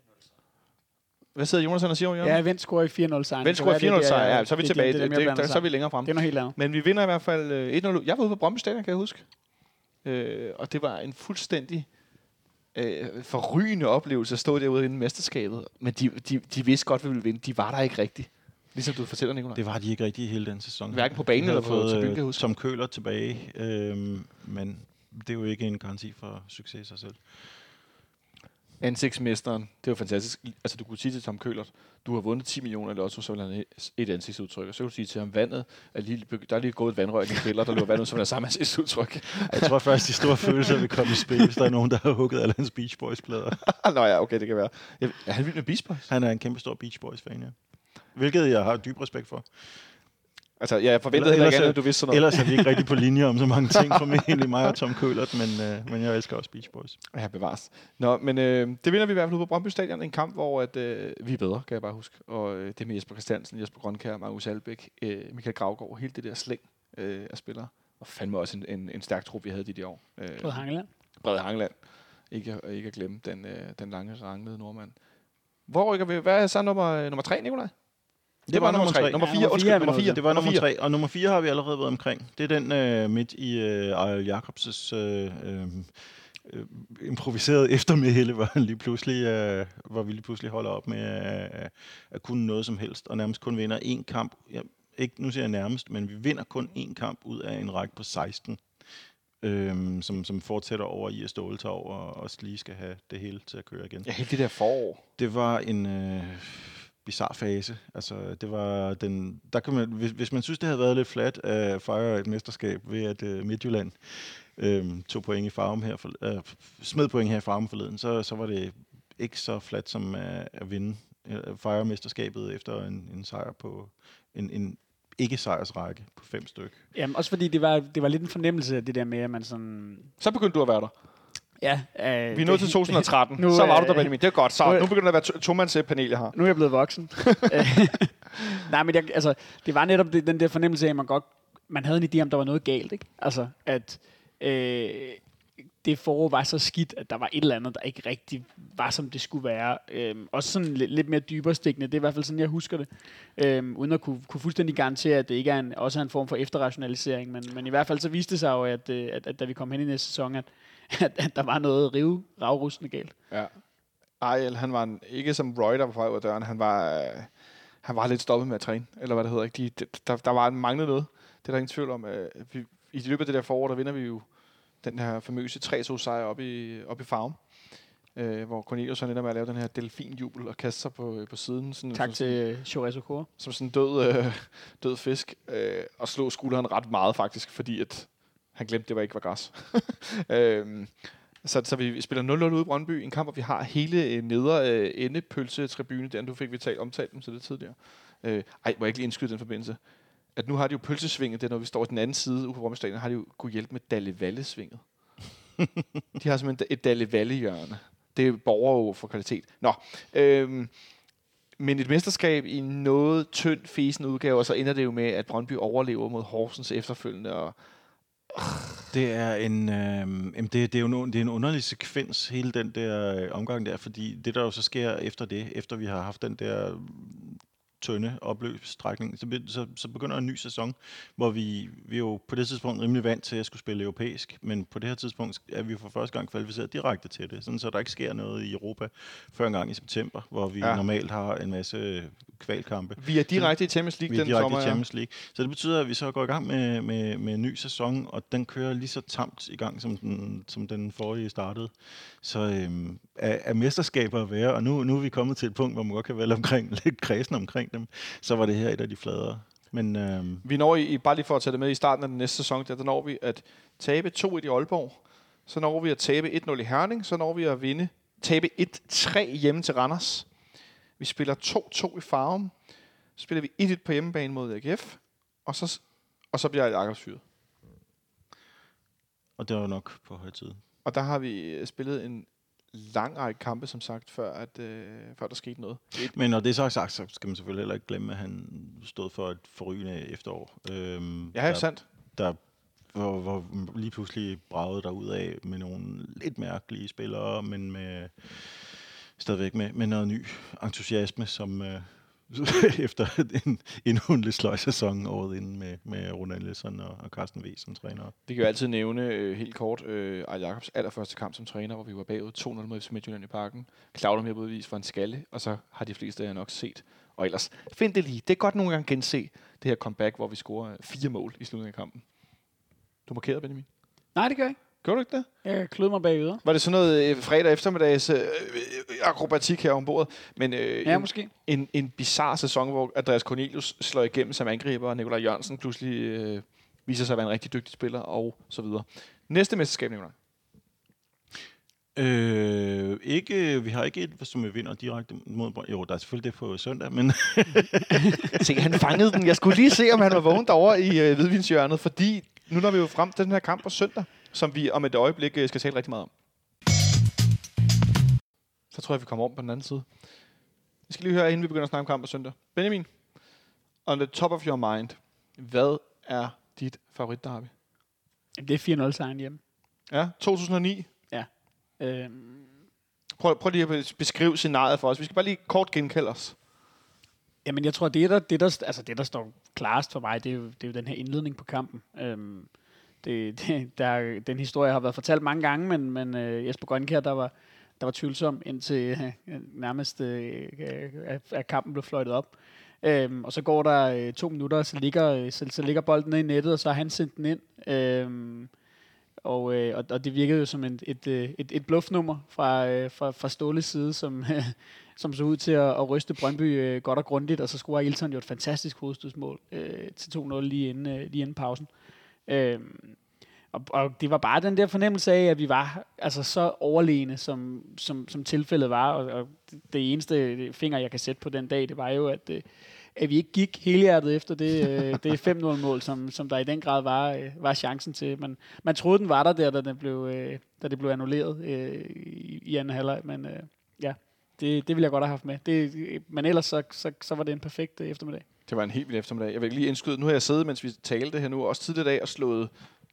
Hvad sidder Jonas og siger, Jørgen? Ja, Wendt scorer i 4-0-sejren. Wendt scorer i 4-0-sejren, ja, så er vi tilbage. Så er vi længere frem. Det er noget helt andet. Men vi vinder i hvert fald 1-0. Jeg var ude på Brøndby Stadion, kan jeg huske. Og det var en fuldstændig forrygende oplevelse at stå derude inden mesterskabet. Men de vidste godt, at vi ville vinde. De var der ikke rigtigt. Ligesom du fortæller, Nicolaj. Det var de ikke rigtig i hele den sæson. Hverken på banen eller på tribunen, kan jeg huske. Tom Køhler tilbage, men det er jo ikke en garanti for succes i sig selv. Ansigtsmesteren, det var fantastisk. Altså, du kunne sige til Tom Køhler, du har vundet 10 millioner eller også, så vil han have et ansigtsudtryk. Og så kunne du sige til ham, vandet er lige, der er lige gået et vandrør i din kælder, der løber vandet, så vil have samme ansigtsudtryk. Jeg tror først, de store følelser vil komme i spil, hvis der er nogen, der har hugget alle hans Beach Boys-plader. Nå ja, okay, det kan være. Er han vild med Beach Boys? Han er en kæmpe stor Beach Boys-fan, ja. Hvilket jeg har dyb respekt for. Altså, jeg forventede heller ikke andet, at du vidste sådan noget. Ellers er vi ikke rigtig på linje om så mange ting for mig og Tom Køhlert, men jeg elsker også Beach Boys. Ja, bevares. Nå, men det vinder vi i hvert fald ude på Brøndby Stadion. En kamp, hvor at, vi er bedre, kan jeg bare huske. Og det med Jesper Christiansen, Jesper Grønkjær, Markus Albeck, Michael Gravgaard, hele det der slæng af spillere. Og fandme også en stærk trup, vi havde de år. Brede Hangeland. Brede Hangeland. Ikke at glemme den lange, ranglede nordmand. Hvor rykker vi? Hvad er så nummer 3, Nicolaj? Det var nummer 3. Nummer 4, undskyld, nummer 4. Det var nummer 3, og nummer 4 har vi allerede været omkring. Det er den midt i Ariel Jacobs' improviseret eftermæle, hvor vi lige pludselig holder op med at kunne noget som helst, og nærmest kun vinder én kamp. Ja, ikke, nu siger jeg nærmest, men vi vinder kun én kamp ud af en række på 16, som fortsætter over i at Ståletov og også lige skal have det hele til at køre igen. Ja, helt det der forår. Det var en bizarre fase. Altså, det var den. Der kan man, hvis man synes, det havde været lidt flat at fejre et mesterskab ved at Midtjylland tog point i Farum her smed point her i Farum forleden, så var det ikke så flat som at vinde fejre mesterskabet efter en sejr på en ikke-sejrsrække på 5 stykker. Jamen, også fordi det var lidt en fornemmelse af det der med, at man sådan... Så begyndte du at være der. Ja. Vi er nået til 2013. Nu, så var du der, Benjamin. Det er godt. Så nu begynder der at være tomandspanel, jeg har. Nu er jeg blevet voksen. Nej, men det var netop den der fornemmelse af, at man havde en idé om, der var noget galt. Ikke? Altså, at det forår var så skidt, at der var et eller andet, der ikke rigtig var, som det skulle være. Også sådan lidt mere dybere stikkende. Det er i hvert fald sådan, jeg husker det. Uden at kunne fuldstændig garantere, at det ikke er også en form for efterrationalisering. Men i hvert fald så viste det sig jo, at da vi kom hen i næste sæson, at der var noget ravrustende galt. Ja. Ariel, han var ikke som Roy, der var på vej ud af døren. Han var lidt stoppet med at træne, eller hvad det hedder. Ikke? Der var manglet noget. Det er der ingen tvivl om. I løbet af det der forår, der vinder vi jo den her famøse 3-2-sejr op i Farum, hvor Cornelius ender med at lave den her delfinjubel og kaste sig på siden. Sådan, tak til Chorizo Kåre. Som sådan død fisk, og slå skulderen ret meget faktisk, fordi at han glemte, det ikke var græs. Så vi spiller 0-0 ude i Brøndby, en kamp, hvor vi har hele nedre endepølsetribune, den du fik vi omtalt dem til det tidligere. Må jeg ikke lige indskyde den forbindelse? At nu har de jo pølsesvinget, det når vi står den anden side ude på Brøndby Stadion, har de jo kunne hjælpe med Dalle Valle-svinget. De har simpelthen et Dalle Valle-hjørne. Det borger jo for kvalitet. Nå, men et mesterskab i noget tynd, fesen udgave, og så ender det jo med, at Brøndby overlever mod Horsens efterfølgende, og det er det er jo en underlig sekvens, hele den der omgang der, fordi det der jo så sker efter vi har haft den der tynde opløbsstrækning, så begynder en ny sæson, hvor vi er jo på det tidspunkt rimelig vant til at skulle spille europæisk, men på det her tidspunkt er vi for første gang kvalificeret direkte til det, sådan så der ikke sker noget i Europa før en gang i september, hvor vi normalt har en masse kvalkampe. Vi er direkte i Champions League den sommer. I Champions League. Så det betyder, at vi så går i gang med en ny sæson, og den kører lige så tamt i gang, som den forrige startede. Så er mesterskaber at være, og nu er vi kommet til et punkt, hvor man godt kan være lidt kredsen omkring dem, så var det her et af de fladere. Men vi når bare lige for at tage det med i starten af den næste sæson, der når vi at tabe 2-1 i Aalborg, så når vi at tabe 1-0 i Herning, så når vi at tabe 1-3 hjemme til Randers. Vi spiller 2-2 i Farum, så spiller vi 1-1 på hjemmebane mod AGF, og så bliver Jacobs fyret. Og det var nok på høj tid. Og der har vi spillet en lang række kampe, som sagt, før der skete noget. Men når det er så sagt, så skal man selvfølgelig heller ikke glemme, at han stod for et forrygende efterår. Ja, sandt. Hvor lige pludselig bragede der ud af med nogle lidt mærkelige spillere, men stadigvæk med noget ny entusiasme, som efter en lidt sløj sæson året inden med Rune Nielsen og Carsten W. som træner. Vi kan jo altid nævne helt kort Ejl Jacobs allerførste kamp som træner, hvor vi var bagud 2-0 mod FC Midtjylland i Parken. Klauder mere bevis for en skalle, og så har de fleste af jer nok set. Og ellers, find det lige. Det er godt nogle gange gense det her comeback, hvor vi scorer 4 mål i slutningen af kampen. Du markerede, Benjamin? Nej, det gør jeg ikke. Gjorde du ikke det? Jeg klød mig bagud. Var det sådan noget fredag eftermiddags akrobatik her om bordet? Men, ja, måske. En bizarre sæson, hvor Andreas Cornelius slår igennem som angriber, og Nikolaj Jørgensen pludselig viser sig at være en rigtig dygtig spiller, og så videre. Næste mesterskab, Nikolaj? Vi har ikke et, som vi vinder direkte mod. Jo, der er selvfølgelig det på søndag, men... Se, han fangede den. Jeg skulle lige se, om han var vågen derovre i hvidvinshjørnet, fordi nu når vi jo frem til den her kamp på søndag, som vi om et øjeblik skal tale rigtig meget om. Så tror jeg, vi kommer om på den anden side. Vi skal lige høre, inden vi begynder at snakke om kamp på søndag. Benjamin, on the top of your mind, hvad er dit favoritderby? Det er 4-0 sejren hjemme. Ja, 2009. Ja. Prøv lige at beskrive scenariet for os. Vi skal bare lige kort genkalde os. Jamen, jeg tror, det der står klarest for mig, det er jo den her indledning på kampen. Den historie har været fortalt mange gange, men Jesper Grønkjær, der var tvivlsom indtil nærmest at kampen blev fløjtet op. Og så går der 2 minutter, og så ligger bolden ned i nettet, og så har han sendt den ind. Og det virkede jo som et bluffnummer fra Ståles side, som så ud til at ryste Brøndby godt og grundigt, og så scorer Ailton jo et fantastisk hovedstødsmål til 2-0 lige inden pausen. Og det var bare den der fornemmelse af, at vi var altså så overlegne, som tilfældet var, og det eneste finger, jeg kan sætte på den dag, det var jo, at vi ikke gik helhjertet efter det 5-0-mål, som der i den grad var chancen til. Man troede, den var der, da det blev annulleret i anden halvleg, men ja, det ville jeg godt have haft med. Men ellers så var det en perfekt eftermiddag. Det var en helt vild eftermiddag. Jeg vil lige indskyde, nu har jeg siddet, mens vi talte her nu, også tidligere dag, og slået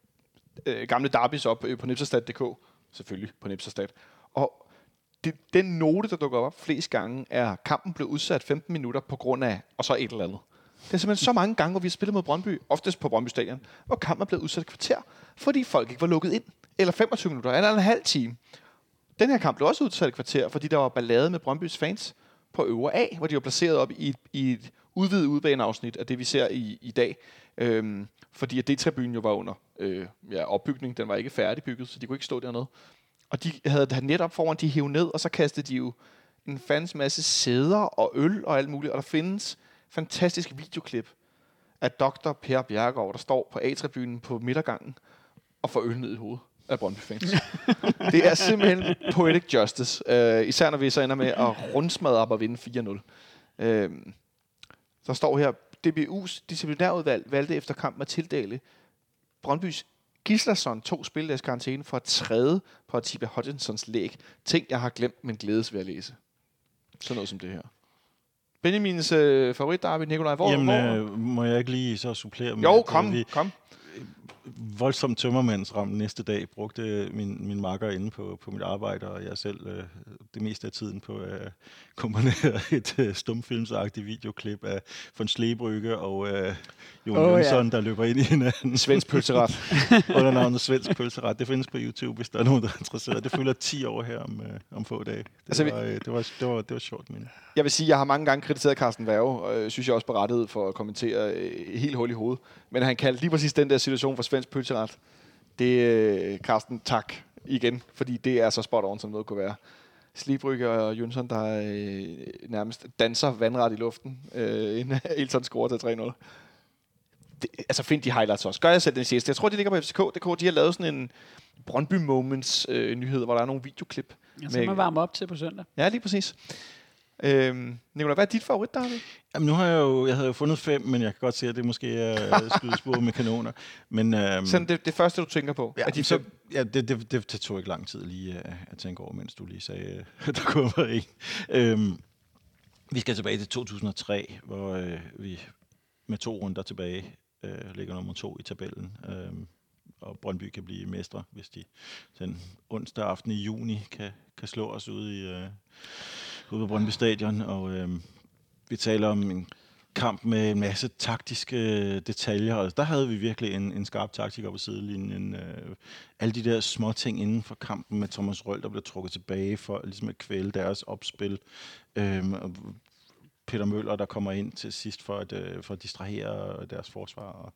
gamle derbys op på nipserstat.dk. Selvfølgelig på Nipserstat. Og den note, der dukker op flest gange, er, kampen blev udsat 15 minutter på grund af, og så et eller andet. Det er simpelthen så mange gange, hvor vi har spillet mod Brøndby, oftest på Brøndby Stadion, hvor kampen er blevet udsat et kvarter, fordi folk ikke var lukket ind. Eller 25 minutter, eller en halv time. Den her kamp blev også udsat et kvarter, fordi der var ballade med Brøndbys fans på øvre A, hvor de var placeret op i et udvidet udbaneafsnit af det, vi ser i dag. Fordi at D-tribunen jo var under opbygning. Den var ikke færdigbygget, så de kunne ikke stå dernede. Og de havde netop foran, de hævde ned, og så kastede de jo en fandens masse sæder og øl og alt muligt. Og der findes fantastiske videoklip af Dr. Per Bjerregaard, der står på A-tribunen på midtergangen og får øl ned i hovedet af Brøndby-fans. Det er simpelthen poetic justice. Især når vi så ender med at rundsmadre op og vinde 4-0. Der står her, DBU's disciplinærudvalg valgte efter kampen at tildele Brøndbys Gislason 2 spilledags karantæne for at træde på Atiba Hutchinsons læg. Ting, jeg har glemt, men glædes ved at læse. Sådan noget som det her. Benjamins favoritderby, Nikolaj, hvor? Må jeg ikke lige så supplere med? Jo, kom. Voldsomt tømmermandsram næste dag brugte min makker inde på mit arbejde, og jeg selv det meste af tiden på at komponere et stumfilmsagtigt videoklip af von Sleebrygge og Jon Jønsson, der løber ind i hinanden. Svensk pølseret. Under navnet Svensk pølseret. Det findes på YouTube, hvis der er nogen, der er interesseret. Det fylder 10 år her om få dage. Det var sjovt, men. Jeg vil sige, jeg har mange gange kritiseret Carsten Werge, og synes jeg også berettiget for at kommentere helt hul i hovedet. Men han kaldte lige præcis den der situation for svensk pølseret. Det, Carsten, tak igen, fordi det er så spot on, som noget kunne være. Sleebrygge og Jønsson, der nærmest danser vandret i luften, inden Ailton scorer til 3-0. Find de highlights også. Gør jeg selv den sidste. Jeg tror, de ligger på FCK.dk. De har lavet sådan en Brøndby Moments nyhed, hvor der er nogle videoklip. Ja, så man varmer op til på søndag. Ja, lige præcis. Nicolai, hvad er dit favorit, der? Jamen, nu har jeg havde jo fundet 5, men jeg kan godt se, at det måske er skydespor med kanoner. Men, sådan det første, du tænker på? Ja, de fem? Ja, det tog ikke lang tid lige at tænke over, mens du lige sagde, at der kommer en. Vi skal tilbage til 2003, hvor vi med 2 runder tilbage ligger nummer 2 i tabellen. Og Brøndby kan blive mestre, hvis de den onsdag aften i juni kan slå os ude på Brøndby Stadion. Og vi taler om en kamp med en masse taktiske detaljer, og der havde vi virkelig en skarp taktiker på sidelinjen. Alle de der små ting inden for kampen med Thomas Røhl, der blev trukket tilbage for ligesom at kvæle deres opspil. Og Peter Møller, der kommer ind til sidst for at distrahere deres forsvar.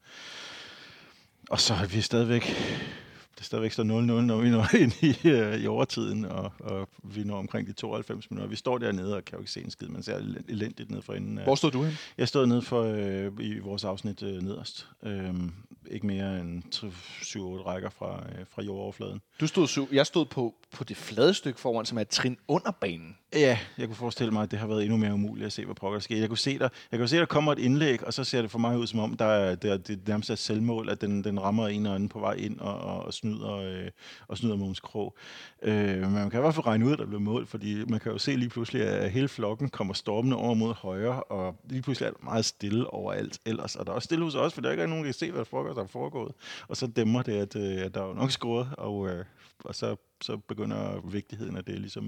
Og så er vi stadigvæk står 0-0, når vi når ind i overtiden, og vi når omkring de 92 minutter. Vi står dernede og kan jo ikke se en skid, man ser elendigt ned for inden. Hvor stod du hen? Jeg stod nede for i vores afsnit nederst. Ikke mere end 7-8 rækker fra jordoverfladen. Jeg stod på det flade stykke foran, som er et trin under banen. Ja, jeg kunne forestille mig, at det har været endnu mere umuligt at se, hvad pokker der sker. Jeg kunne se, der kommer et indlæg, og så ser det for mig ud, som om det nærmest er et selvmål, at den rammer en og anden på vej ind og snyder Mogens Krog. Men man kan i hvert fald regne ud, at der bliver mål, fordi man kan jo se lige pludselig, at hele flokken kommer stormende over mod højre, og lige pludselig er der meget stille overalt ellers. Og der er også stille hos os, for der er ikke nogen, der kan se, hvad der er foregået. Og så dæmmer det, at der er nok scoret, og så begynder vigtigheden af det ligesom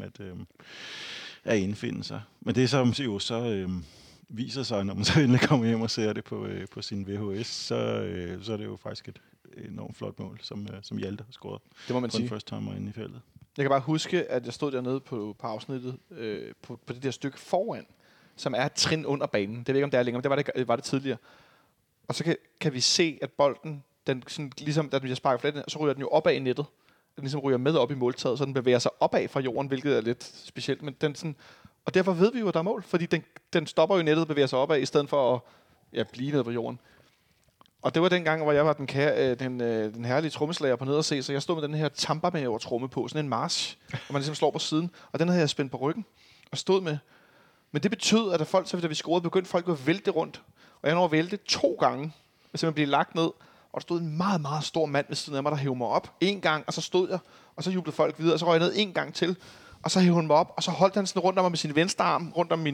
at indfinde sig. Men det som jo så viser sig, når man så endelig kommer hjem og ser det på sin VHS, så er det jo faktisk et enormt flot mål, som Hjalte har scoret. Det må man sige. Den første timer inde i feltet. Jeg kan bare huske, at jeg stod dernede på afsnittet på det der stykke foran, som er et trin under banen. Det ved ikke, om det er længere, men det var det tidligere. Og så kan vi se, at bolden, den sådan, ligesom da jeg sparker fletten, så ryger den jo opad i nettet. Den ligesom ryger med op i måltaget, så den bevæger sig opad fra jorden, hvilket er lidt specielt. Men den sådan, og derfor ved vi jo, at der er mål, fordi den stopper jo i nettet og bevæger sig opad, i stedet for at blive nede på jorden. Og det var den gang, hvor jeg var den herlige trommeslager på nede og se, så jeg stod med den her Tampa-tromme på, sådan en march, hvor man ligesom slår på siden, og den havde jeg spændt på ryggen og stod med. Men det betød, at da vi scorede, begyndte folk at vælte rundt. Og jeg når at vælte 2 gange, og simpelthen blive lagt ned. Og der stod en meget, meget stor mand ved siden af mig, der hævde mig op 1 gang, og så stod jeg, og så jublede folk videre, og så røg jeg ned 1 gang til, og så hævde han mig op, og så holdt han sådan rundt om mig med sin venstre arm,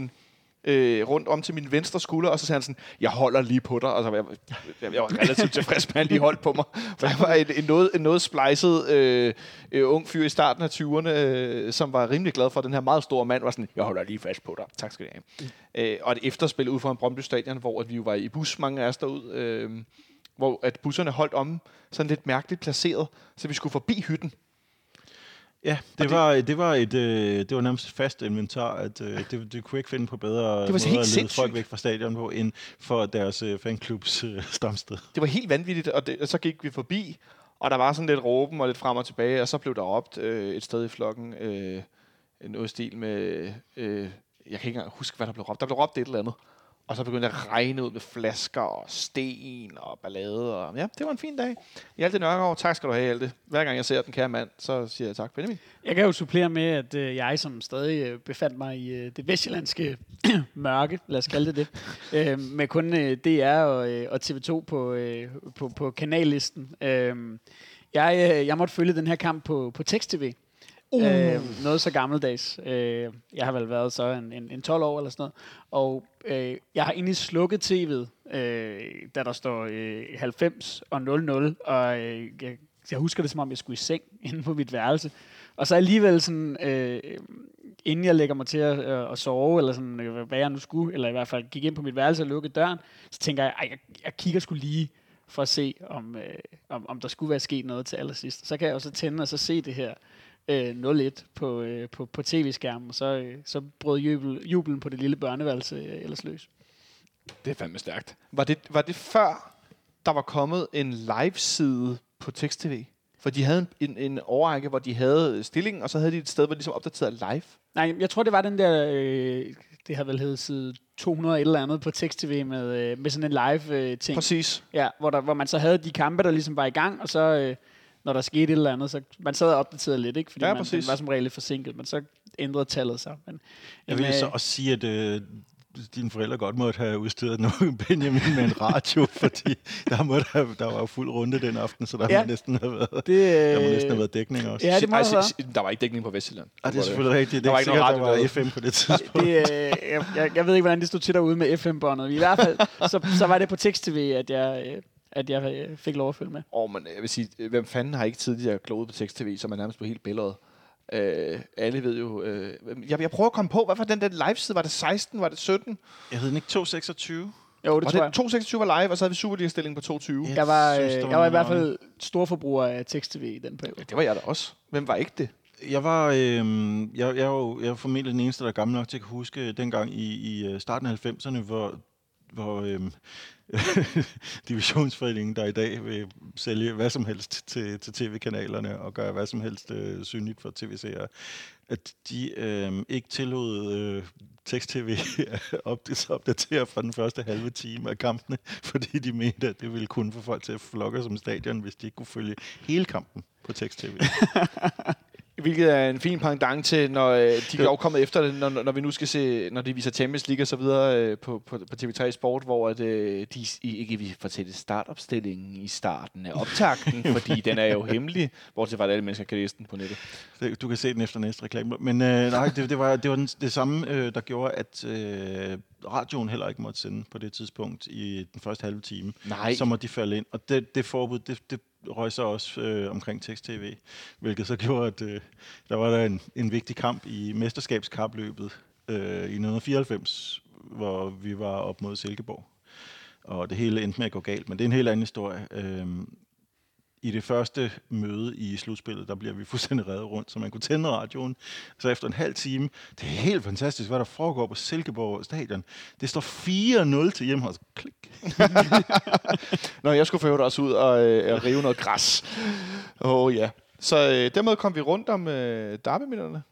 rundt om til min venstre skulder, og så sagde han sådan, jeg holder lige på dig, og så jeg var relativt tilfreds med, at han lige holdt på mig, for jeg var en noget splejset ung fyr i starten af 20'erne, som var rimelig glad for, at den her meget store mand var sådan, jeg holder lige fast på dig, tak skal du have. Og et efterspil ud foran Brøndby Stadion, hvor vi jo var i bus, mange af os derud, hvor at busserne holdt om, sådan lidt mærkeligt placeret, så vi skulle forbi hytten. Ja, det var nærmest fast inventar, at det kunne ikke finde på bedre måder at lede folk væk fra stadion på, end for deres fanklubs stamsted. Det var helt vanvittigt, og så gik vi forbi, og der var sådan lidt råben og lidt frem og tilbage, og så blev der råbt et sted i flokken, noget stil med, jeg kan ikke engang huske, hvad der blev råbt. Der blev råbt et eller andet. Og så begyndte det at regne ud med flasker og sten og ballade. Og ja, det var en fin dag. Hjalte Nørgaard, tak skal du have, Hjalte. Hver gang jeg ser den kære mand, så siger jeg tak, Benjamin. Jeg kan jo supplere med, at jeg som stadig befandt mig i det vestjyllandske mørke, lad os kalde det med kun DR og TV2 på kanallisten. Jeg måtte følge den her kamp på tekst-tv. Noget så gammeldags. Jeg har vel været så en 12 år eller sådan noget. Og jeg har egentlig slukket tv'et, da der står 90 og 00. Og jeg husker det, som om jeg skulle i seng inde på mit værelse. Og så alligevel sådan, inden jeg lægger mig til at sove, eller sådan, hvad jeg nu skulle, eller i hvert fald gik ind på mit værelse og lukkede døren, så tænker jeg kigger sgu lige for at se, om der skulle være sket noget til allersidst. Så kan jeg også tænde og så se det her 0-1 på tv-skærmen, og så brød jubelen på det lille børneværelse ellers løs. Det er fandme stærkt. Var det før, der var kommet en live-side på tekst-tv? For de havde en årrække, hvor de havde stillingen, og så havde de et sted, hvor de ligesom opdaterede live? Nej, jeg tror, det var den der, det har vel heddet side 200 eller andet på tekst-tv med sådan en live-ting. Præcis. Ja, hvor man så havde de kampe, der ligesom var i gang, og så når der skete et eller andet, så man sad og opdaterede lidt, ikke? Fordi den var som regel lidt forsinket, men så ændrede tallet sig. Men, jeg vil så også sige, at dine forældre godt måtte have udstyret noget Benjamin med en radio, fordi der var fuld runde den aften, så der må næsten have været, der må næsten have været dækning også. Ja, det må der var ikke dækning på Vestjylland. Det er selvfølgelig rigtigt. Det er ikke sikkert, der var FM på det tidspunkt. Jeg ved ikke, hvordan det stod til derude med FM-båndet. I hvert fald, så var det på tekst-tv, at jeg fik lov at følge med. Men jeg vil sige, hvem fanden har ikke tidligere kloget på tekst-tv, så man nærmest blev helt billede. Alle ved jo... Jeg prøver at komme på, hvad for den der live-side? Var det 16? Var det 17? Jeg hed ikke 226. Jo, det tror jeg. 226 var live, og så havde vi Superliga-stilling på 220. Jeg var i hvert fald storforbruger af tekst-tv i den periode. Ja, det var jeg da også. Hvem var ikke det? Jeg var formentlig den eneste, der er gammel nok til at huske dengang i starten af 90'erne, hvor Divisionsforeningen, der i dag vil sælge hvad som helst til tv-kanalerne og gøre hvad som helst synligt for tv-seere, at de ikke tillod tekst-tv opdatere fra den første halve time af kampene, fordi de mente, at det ville kunne få folk til at flokke som stadion, hvis de ikke kunne følge hele kampen på tekst-tv. Hvilket er en fin pendant til, når de er jo kommet efter det, når vi nu skal se, når de viser Champions League og så videre på TV3 Sport, hvor de ikke vil fortælle startopstillingen i starten af optakten, fordi den er jo hemmelig, bortset fra at alle mennesker kan læse den på nettet. Du kan se den efter næste reklame. Men nej, det var det samme, der gjorde, at radioen heller ikke måtte sende på det tidspunkt i den første halve time. Nej. Så måtte de falde ind. Og det forbud, det røg så også omkring tekst-tv, hvilket så gjorde, at der var der en vigtig kamp i mesterskabskapløbet i 1994, hvor vi var op mod Silkeborg. Og det hele endte med at gå galt, men det er en helt anden historie. I det første møde i slutspillet, der bliver vi fuldstændig reddet rundt, så man kunne tænde radioen. Så efter en halv time, det er helt fantastisk, hvad der foregår på Silkeborg stadion. Det står 4-0 til hjemme. Klik. Nå, jeg skulle få dig også ud og rive noget græs. Ja. Så dermed kom vi rundt om derby-minderne.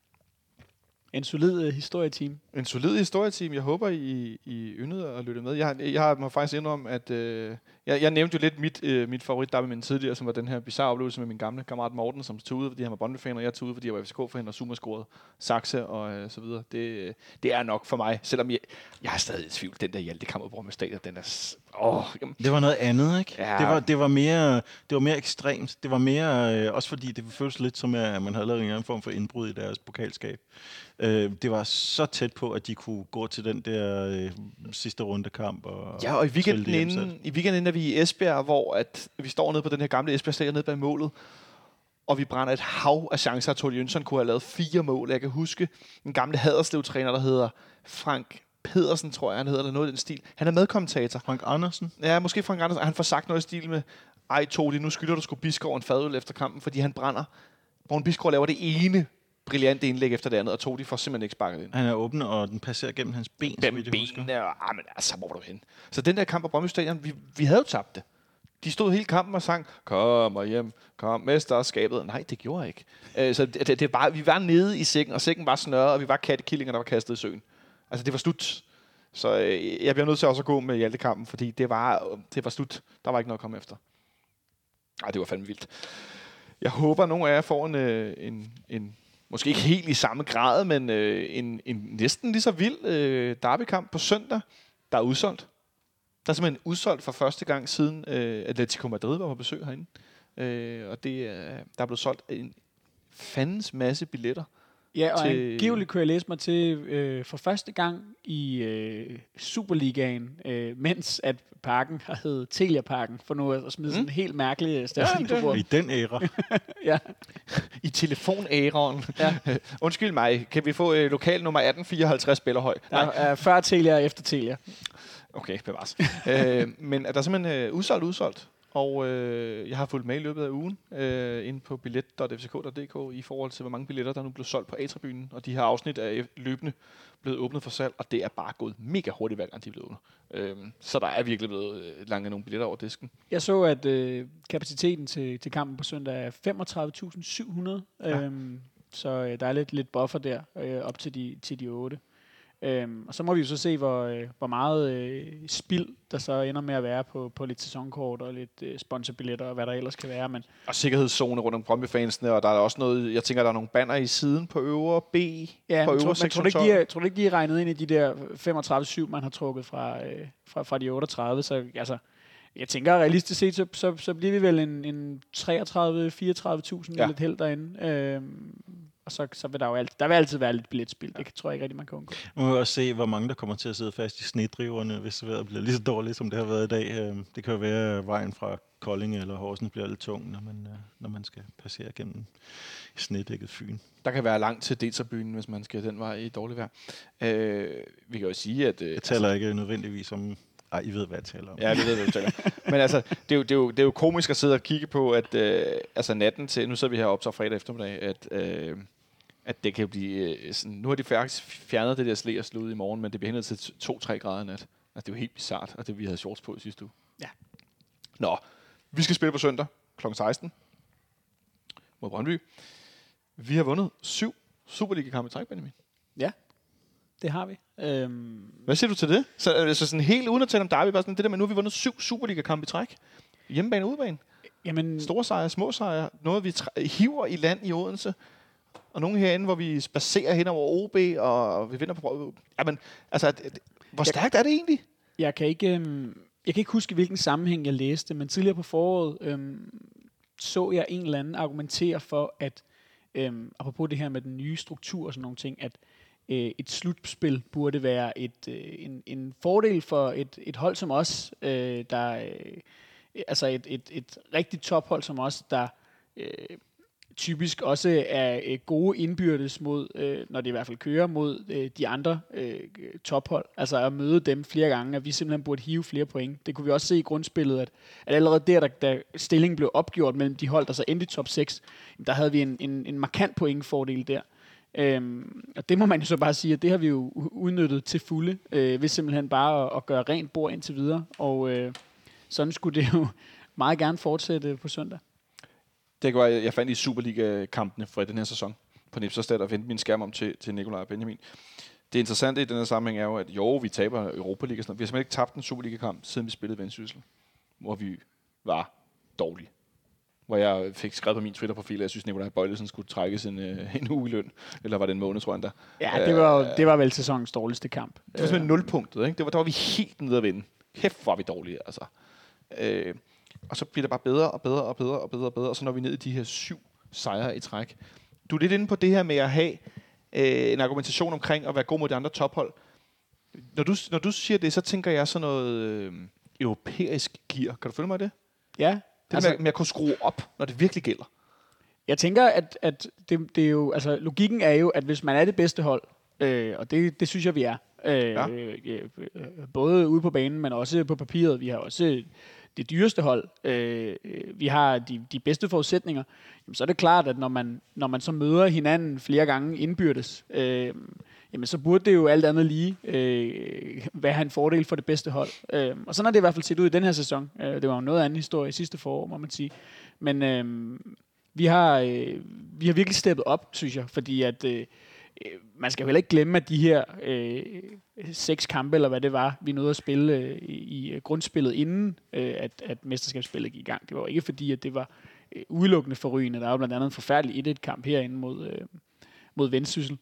En solid historieteam. En solid historieteam. Jeg håber, I yndede at lytte med. Jeg må faktisk indrømme, at jeg nævnte jo lidt mit favorit derby-minde tidligere, som var den her bizarre oplevelse med min gamle kammerat Morten, som tog ud, fordi han var Brøndby-fan, og jeg tog ud, fordi jeg var FCK-fan, og Zuma scorede Saxe og så videre. Det er nok for mig, selvom jeg er stadig i tvivl. Den der Hjalte-kamp mod Brøndby Stadion, den er... Det var noget andet, ikke? Ja. Det var mere ekstremt. Det var mere, også fordi det føltes lidt som, at man havde lavet en anden form for indbrud i deres pokalskab. Det var så tæt på, at de kunne gå til den der sidste rundekamp. Og i weekenden inden er vi i Esbjerg, hvor at vi står nede på den her gamle Esbjerg stadion nede bag målet, og vi brænder et hav af chancer. Torli Jønsson kunne have lavet 4 mål. Jeg kan huske en gamle Haderslev-træner, der hedder Frank Pedersen, tror jeg, han hedder, eller noget i den stil. Han er medkommentator. Frank Andersen? Ja, måske Frank Andersen. Han får sagt noget i stil med, ej Torli, nu skylder du sgu Bisgaard en fadøl efter kampen, fordi han brænder. Morten Bisgaard laver det ene brillante indlæg efter det andet, og Torli får simpelthen ikke sparket ind. Han er åben, og den passerer gennem hans ben, men altså, hvor var du hen? Så den der kamp på Brøndby Stadion, vi havde jo tabt det. De stod hele kampen og sang, kom hjem, kom mesterskabet. Nej, det gjorde jeg ikke. Så det var, vi var nede i sækken, og sækken var snørret, og vi var kattekillinger, der var kastet i søen. Altså, det var slut. Så jeg bliver nødt til også at gå med Hjalte-kampen, fordi det var slut. Der var ikke noget at komme efter. Ej, det var fandme vildt. Jeg håber, at nogle af jer får en måske ikke helt i samme grad, men en næsten lige så vild derbykamp på søndag, der er udsolgt. Der er simpelthen udsolgt for første gang siden Atletico Madrid var på besøg herinde. Og der er blevet solgt en fandens masse billetter. Ja, og angiveligt kunne jeg læse mig til for første gang i Superligaen, mens at parken har heddet Telia-parken, for nu at smide sådan en helt mærkelig statistik på bordet. I den æra. Ja. I telefonæraen. Ja. Undskyld mig, kan vi få lokal nummer 1854 Bellerhøj? Nej, før Telia og efter Telia. Okay, bevares. Men der er simpelthen udsolgt. Og jeg har fulgt med i løbet af ugen inde på billet.fck.dk i forhold til, hvor mange billetter, der nu blev solgt på A-tribunen. Og de her afsnit er løbende blevet åbnet for salg, og det er bare gået mega hurtigt, hver gang de er blevet åbnet. Så der er virkelig blevet langt nogle billetter over disken. Jeg så, at kapaciteten til kampen på søndag er 35.700. Ja. Så der er lidt buffer der, op til de 8. Og så må vi jo så se, hvor meget spild, der så ender med at være på lidt sæsonkort og lidt sponsorbilletter og hvad der ellers kan være. Men Og sikkerhedszone rundt om Brøndby-fansene, og der er også noget, jeg tænker, der er nogle banner i siden på øvre B, ja, på øvre tror sektion du 12. ikke, de er regnet ind i de der 35-7, man har trukket fra de 38, så altså, jeg tænker realistisk set, så bliver vi vel en 33-34.000 lidt held derinde. Og så vil der vil altid være lidt billetspil. Det tror jeg ikke rigtig, man kan undgå. Man må også se, hvor mange der kommer til at sidde fast i snedriverne, hvis vejret bliver lige så dårligt, som det har været i dag. Det kan jo være, at vejen fra Kolding eller Horsens bliver lidt tung, når man skal passere gennem snedækket Fyn. Der kan være langt til Delta-byen, hvis man skal den vej i dårligt vejr. Vi kan jo sige, at... Jeg taler ikke nødvendigvis om... Ej, I ved, hvad jeg taler om. Ja, det ved hvad du taler om. Men altså, det er jo komisk at sidde og kigge på, at altså natten til... Nu sidder vi heroppe så fredag eftermiddag, at det kan blive sådan... Nu har de faktisk fjernet det der sle og slud i morgen, men det bliver hentet til 2-3 grader nat. Altså, det er jo helt bizart, og det vi havde shorts på i sidste uge. Ja. Nå, vi skal spille på søndag kl. 16 mod Brøndby. Vi har vundet 7 Superliga-kampe i træk, Benjamin. Ja, det har vi. Hvad siger du til det? Så sådan helt uden at tale om derby, bare sådan det der med, nu har vi vundet 7 Superliga-kampe i træk. Hjemmebane og udebane. Jamen, Store sejre, små sejre. Noget, vi hiver i land i Odense. Og nogle herinde, hvor vi spacerer hen over OB, og vi vinder på... Jamen, altså, hvor stærkt er det egentlig? jeg kan ikke huske, hvilken sammenhæng jeg læste, men tidligere på foråret så jeg en eller anden argumentere for, at apropos det her med den nye struktur og sådan nogle ting, at et slutspil burde være en fordel for et hold som os, altså et rigtigt tophold som os, der typisk også er gode indbyrdes mod, når det i hvert fald kører mod de andre tophold, altså at møde dem flere gange, at vi simpelthen burde hive flere point. Det kunne vi også se i grundspillet, at allerede da stillingen blev opgjort mellem de hold, der så endte i top 6, der havde vi en markant pointfordel der. Og det må man jo så bare sige, at det har vi jo udnyttet til fulde, ved simpelthen bare at gøre rent bord indtil videre, og sådan skulle det jo meget gerne fortsætte på søndag. Det var, jeg fandt i Superliga-kampene fra den her sæson på Nipserstad og vendte min skærm om til Nikolaj og Benjamin. Det interessante i den her sammenhæng er jo, at vi taber Europa League. Vi har simpelthen ikke tabt en Superliga-kamp, siden vi spillede Vendsyssel, hvor vi var dårlige. Hvor jeg fik skrevet på min Twitter-profil, at jeg synes, Nikolaj Bøjlesen skulle trækkes en uge i løn. Eller var det en måned, tror jeg endda. Ja, det var vel sæsonens dårligste kamp. Det var simpelthen nulpunktet, ikke? Der var vi helt nede at vinde. Kæft, var vi dårlige, altså. Og så bliver det bare bedre og bedre og bedre og bedre og bedre, og så når vi ned i de her 7 sejre i træk. Du er lidt inde på det her med at have en argumentation omkring at være god mod de andre tophold. Når du siger det, så tænker jeg sådan noget europæisk gear. Kan du følge mig i det? Ja. Det altså, med at kunne skrue op, når det virkelig gælder. Jeg tænker, at det er jo, altså logikken er jo, at hvis man er det bedste hold, og det synes jeg, vi er, både ude på banen, men også på papiret, vi har også det dyreste hold, vi har de bedste forudsætninger, jamen, så er det klart, at når man så møder hinanden flere gange indbyrdes, jamen, så burde det jo alt andet lige være en fordel for det bedste hold. Og sådan har det i hvert fald set ud i den her sæson. Det var jo noget anden historie sidste forår, må man sige. Men vi har virkelig steppet op, synes jeg, fordi at man skal jo heller ikke glemme, at de her 6 kampe, eller hvad det var, vi nåede at spille i grundspillet, inden at mesterskabsspillet gik i gang. Det var jo ikke fordi, at det var udelukkende forrygende. Der var blandt andet en forfærdelig 1-1-kamp herinde mod Vendsyssel.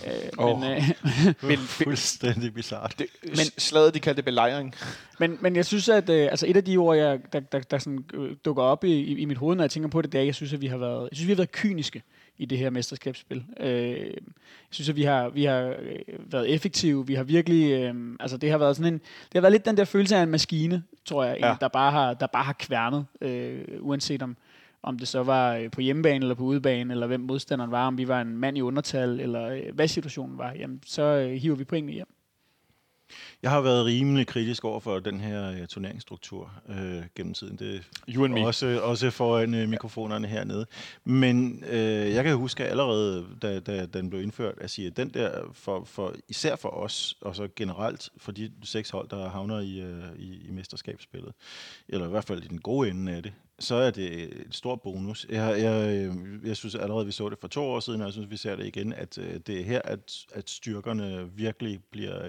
Fuldstændig bizarrt. Slaget, de kaldte det belejring. Men jeg synes, at altså et af de ord, der sådan, dukker op i mit hoved, når jeg tænker på det, det er, at jeg synes, vi har været kyniske i det her mesterskabsspil. Jeg synes, at vi har været effektive. Vi har virkelig, altså det har været sådan det har været lidt den der følelse af en maskine, tror jeg, der bare har kværnet, uanset om det så var på hjemmebane eller på udebane, eller hvem modstanderen var, om vi var en mand i undertal, eller hvad situationen var, jamen, så hiver vi pointene hjem. Jeg har været rimelig kritisk over for den her turneringsstruktur gennem tiden. Det også foran mikrofonerne hernede. Men jeg kan huske allerede, da den blev indført, at sige, at den der, især for os, og så generelt for de 6 hold, der havner i mesterskabsspillet, eller i hvert fald i den gode ende af det, så er det et stort bonus. Jeg synes allerede, vi så det for 2 år siden, og jeg synes, vi ser det igen, at det er her, at styrkerne virkelig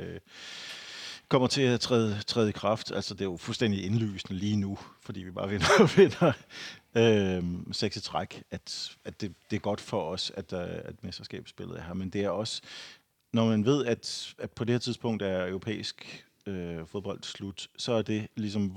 kommer til at træde i kraft. Altså, det er jo fuldstændig indlysende lige nu, fordi vi bare vinder 6 i træk, at det er godt for os, at mesterskabsspillet er her. Men det er også, når man ved, at på det her tidspunkt er europæisk fodbold slut, så er det ligesom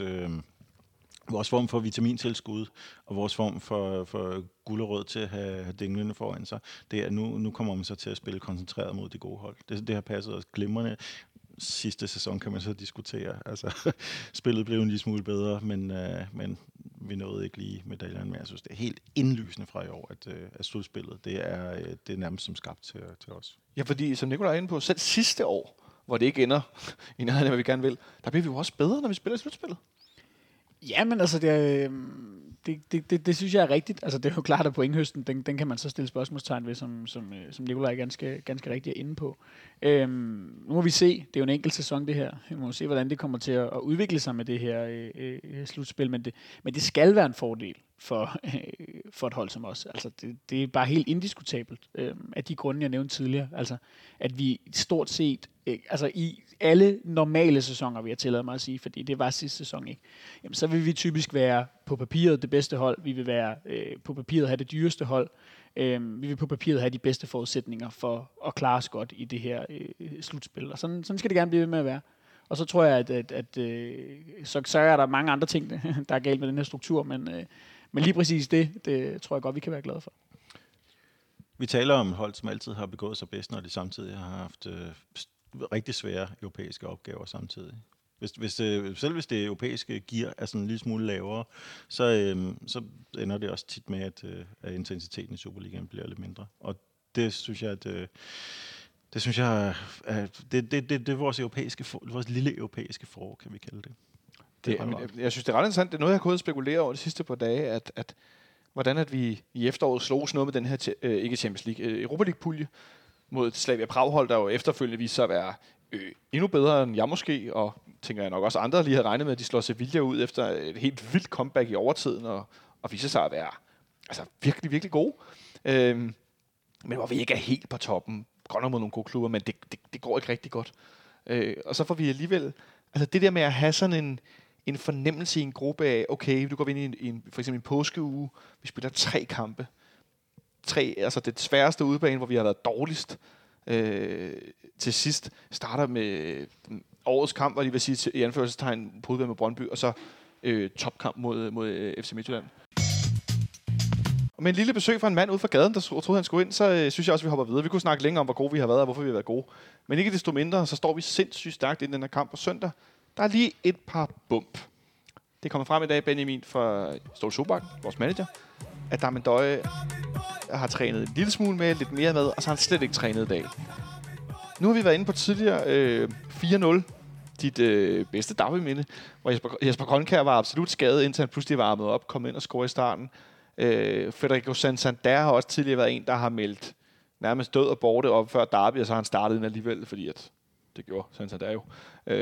vores form for vitamintilskud og vores form for gulerod til at have dinglene foran sig. Det er, nu kommer man så til at spille koncentreret mod de gode hold. Det har passet os glimrende. Sidste sæson kan man så diskutere. Altså, spillet blev en lille smule bedre, men vi nåede ikke lige medaljerne. Men jeg synes, det er helt indlysende fra i år, at slutspillet, det er nærmest som skabt til os. Ja, fordi som Nicolaj er inde på, selv sidste år, hvor det ikke ender i nærheden af, hvad vi gerne vil, der bliver vi jo også bedre, når vi spiller i slutspillet. Ja, men altså, det synes jeg er rigtigt. Altså, det er jo klart, at pointhøsten, den kan man så stille spørgsmålstegn ved, som Nicolaj ganske rigtigt er inde på. Nu må vi se. Det er jo en enkelt sæson, det her. Vi må se, hvordan det kommer til at udvikle sig med det her slutspil. Men det skal være en fordel for et hold som os. Altså, det er bare helt indiskutabelt af de grunde, jeg nævnte tidligere. Altså, at vi stort set, altså i alle normale sæsoner, vil jeg tillade mig at sige, fordi det var sidste sæson ikke, jamen, så vil vi typisk være på papiret det bedste hold. Vi vil være på papiret have det dyreste hold. Vi vil på papiret have de bedste forudsætninger for at klare os godt i det her slutspil. Og sådan skal det gerne blive ved med at være. Og så tror jeg, at så er der mange andre ting, der er galt med den her struktur, men lige præcis det tror jeg godt, vi kan være glade for. Vi taler om hold, som altid har begået sig bedst, når de samtidig har haft rigtig svære europæiske opgaver samtidig. Selv hvis det europæiske gear er sådan en lille smule lavere, så ender det også tit med, at intensiteten i Superligaen bliver lidt mindre. Og det synes jeg, det er vores lille europæiske forår, kan vi kalde det. Jeg synes, det er ret interessant. Det er noget, jeg har kunnet spekulere over de sidste par dage, at hvordan at vi i efteråret slogs noget med den her, ikke Champions League, Europa League-pulje mod Slavia Prag-hold, der jo efterfølgende viste sig at være endnu bedre end jeg måske, og tænker jeg nok også andre lige har regnet med, at de slår Sevilla ud efter et helt vildt comeback i overtiden, og viser sig at være altså, virkelig, virkelig gode. Men hvor vi ikke er helt på toppen, godt nok mod nogle gode klubber, men det går ikke rigtig godt. Og så får vi alligevel, altså det der med at have sådan en fornemmelse i en gruppe af, okay, du går ind i for eksempel en påskeuge, vi spiller 3 kampe. 3, altså det sværeste udebane, hvor vi har været dårligst. Til sidst starter med årets kamp, og de vil sige i anførselstegn på udebane med Brøndby, og så topkamp mod FC Midtjylland. Og med en lille besøg fra en mand ude fra gaden, der troede, han skulle ind, så synes jeg også, vi hopper videre. Vi kunne snakke længere om, hvor gode vi har været, og hvorfor vi har været gode. Men ikke desto mindre, så står vi sindssygt stærkt i den her kamp på søndag. Der er lige et par bump. Det kommer frem i dag, Benjamin fra Ståle Solbakken, vores manager, at Darmen Døje har trænet en lille smule med, lidt mere med, og så har han slet ikke trænet i dag. Nu har vi været inde på tidligere 4-0, dit bedste derbyminde, hvor Jesper Grønkjær var absolut skadet, indtil han pludselig varmede op, kom ind og scorede i starten. Federico Santander har også tidligere været en, der har meldt nærmest død og borte op før derby, og så har han startet ind alligevel, fordi at det gjorde Santander jo.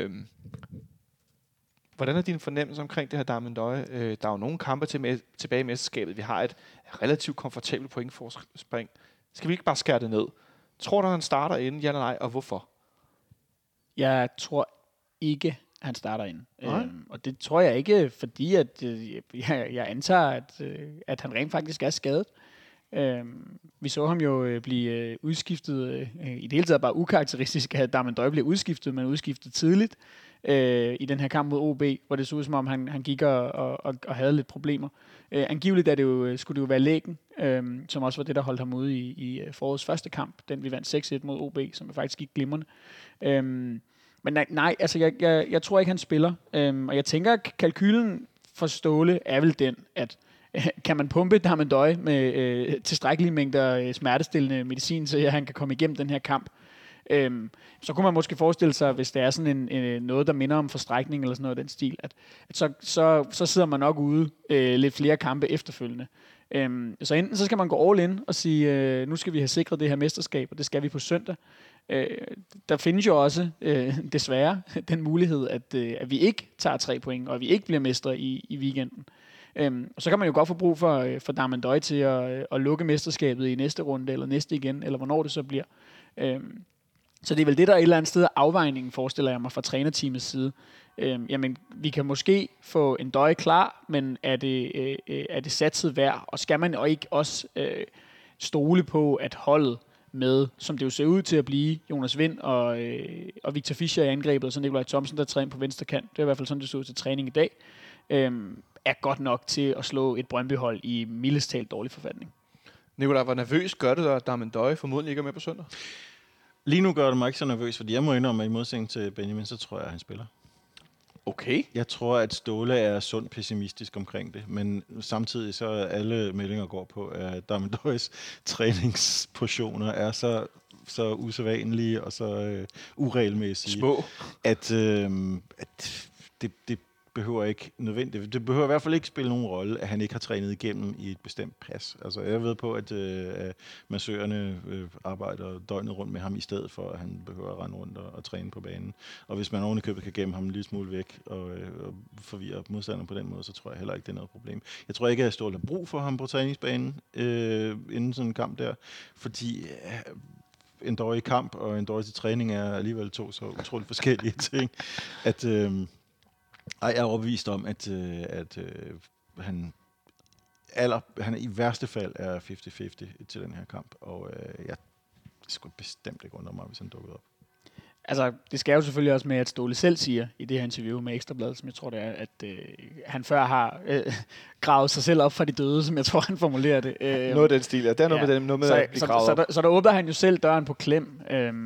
Hvordan er din fornemmelse omkring det her Darmen Døje? Der er jo nogle kampe tilbage i mesterskabet. Vi har et relativt komfortabelt pointforspring. Skal vi ikke bare skære det ned? Tror du, han starter inden? Ja eller nej? Og hvorfor? Jeg tror ikke, han starter inden. Og det tror jeg ikke, fordi at, jeg antager, at han rent faktisk er skadet. Vi så ham jo blive udskiftet, i det hele taget bare ukarakteristisk, at Darmen Døje blev udskiftet, men udskiftet tidligt i den her kamp mod OB, hvor det så ud som om, han gik og havde lidt problemer. Angiveligt skulle det jo være Læggen, som også var det, der holdt ham ude i forårets første kamp, den vi vandt 6-1 mod OB, som faktisk gik glimrende. Men nej, altså jeg tror ikke, han spiller. Og jeg tænker, at kalkylen for Ståle er vel den, at kan man pumpe Darmen Døje med tilstrækkelige mængder smertestillende medicin, så han kan komme igennem den her kamp, så kunne man måske forestille sig, hvis det er sådan noget, der minder om forstrækning eller sådan noget af den stil, at så sidder man nok ude lidt flere kampe efterfølgende. Så enten så skal man gå all in og sige, nu skal vi have sikret det her mesterskab, og det skal vi på søndag. Der findes jo også desværre den mulighed, at vi ikke tager 3 point, og vi ikke bliver mestre i weekenden. Og så kan man jo godt få brug for Darman Døj til at lukke mesterskabet i næste runde, eller næste igen, eller hvornår det så bliver. Så det er vel det, der et eller andet sted afvejningen, forestiller jeg mig, fra trænerteamets side. Jamen, vi kan måske få en Døj klar, men er det satset værd? Og skal man ikke også stole på, at holdet med, som det jo ser ud til at blive, Jonas Vind og Victor Fischer i angrebet, og så Nikolaj Thomsen, der træner på venstre kant. Det er i hvert fald sådan, det så ud til træning i dag. Er godt nok til at slå et Brøndby-hold i mildest talt dårlig forfatning. Nikolaj, hvor nervøs gør det dig, at Darman Døj formodentlig ikke er med på søndag? Lige nu gør det mig ikke så nervøs, fordi jeg må indrømme, at i modsætning til Benjamin, så tror jeg, at han spiller. Okay. Jeg tror, at Ståle er sundt pessimistisk omkring det, men samtidig så alle meldinger går på, at Darman Døjs træningsportioner er så usædvanlige og så uregelmæssige, små, at det behøver ikke nødvendigt. Det behøver i hvert fald ikke spille nogen rolle, at han ikke har trænet igennem i et bestemt pas. Altså, jeg ved på, at massørerne arbejder døgnet rundt med ham i stedet for, at han behøver at rende rundt og træne på banen. Og hvis man oven i købet kan gemme ham en lille smule væk og forvirre modstanderen på den måde, så tror jeg heller ikke, det er noget problem. Jeg tror ikke, at Ståle har brug for ham på træningsbanen inden sådan en kamp der, fordi en dårlig kamp og en dårlig træning er alligevel to så utroligt forskellige ting, at jeg er overbevist om, at han i værste fald er 50-50 til den her kamp, og jeg skulle bestemt ikke undre mig, hvis han dukkede op. Altså, det skal jo selvfølgelig også med, at Ståle selv siger i det her interview med Ekstrabladet, som jeg tror det er, at han før har gravet sig selv op fra de døde, som jeg tror, han formulerer det. Noget af den stil, ja. Det er noget med dem, noget med at blive gravet op. Så der åbner han jo selv døren på klem.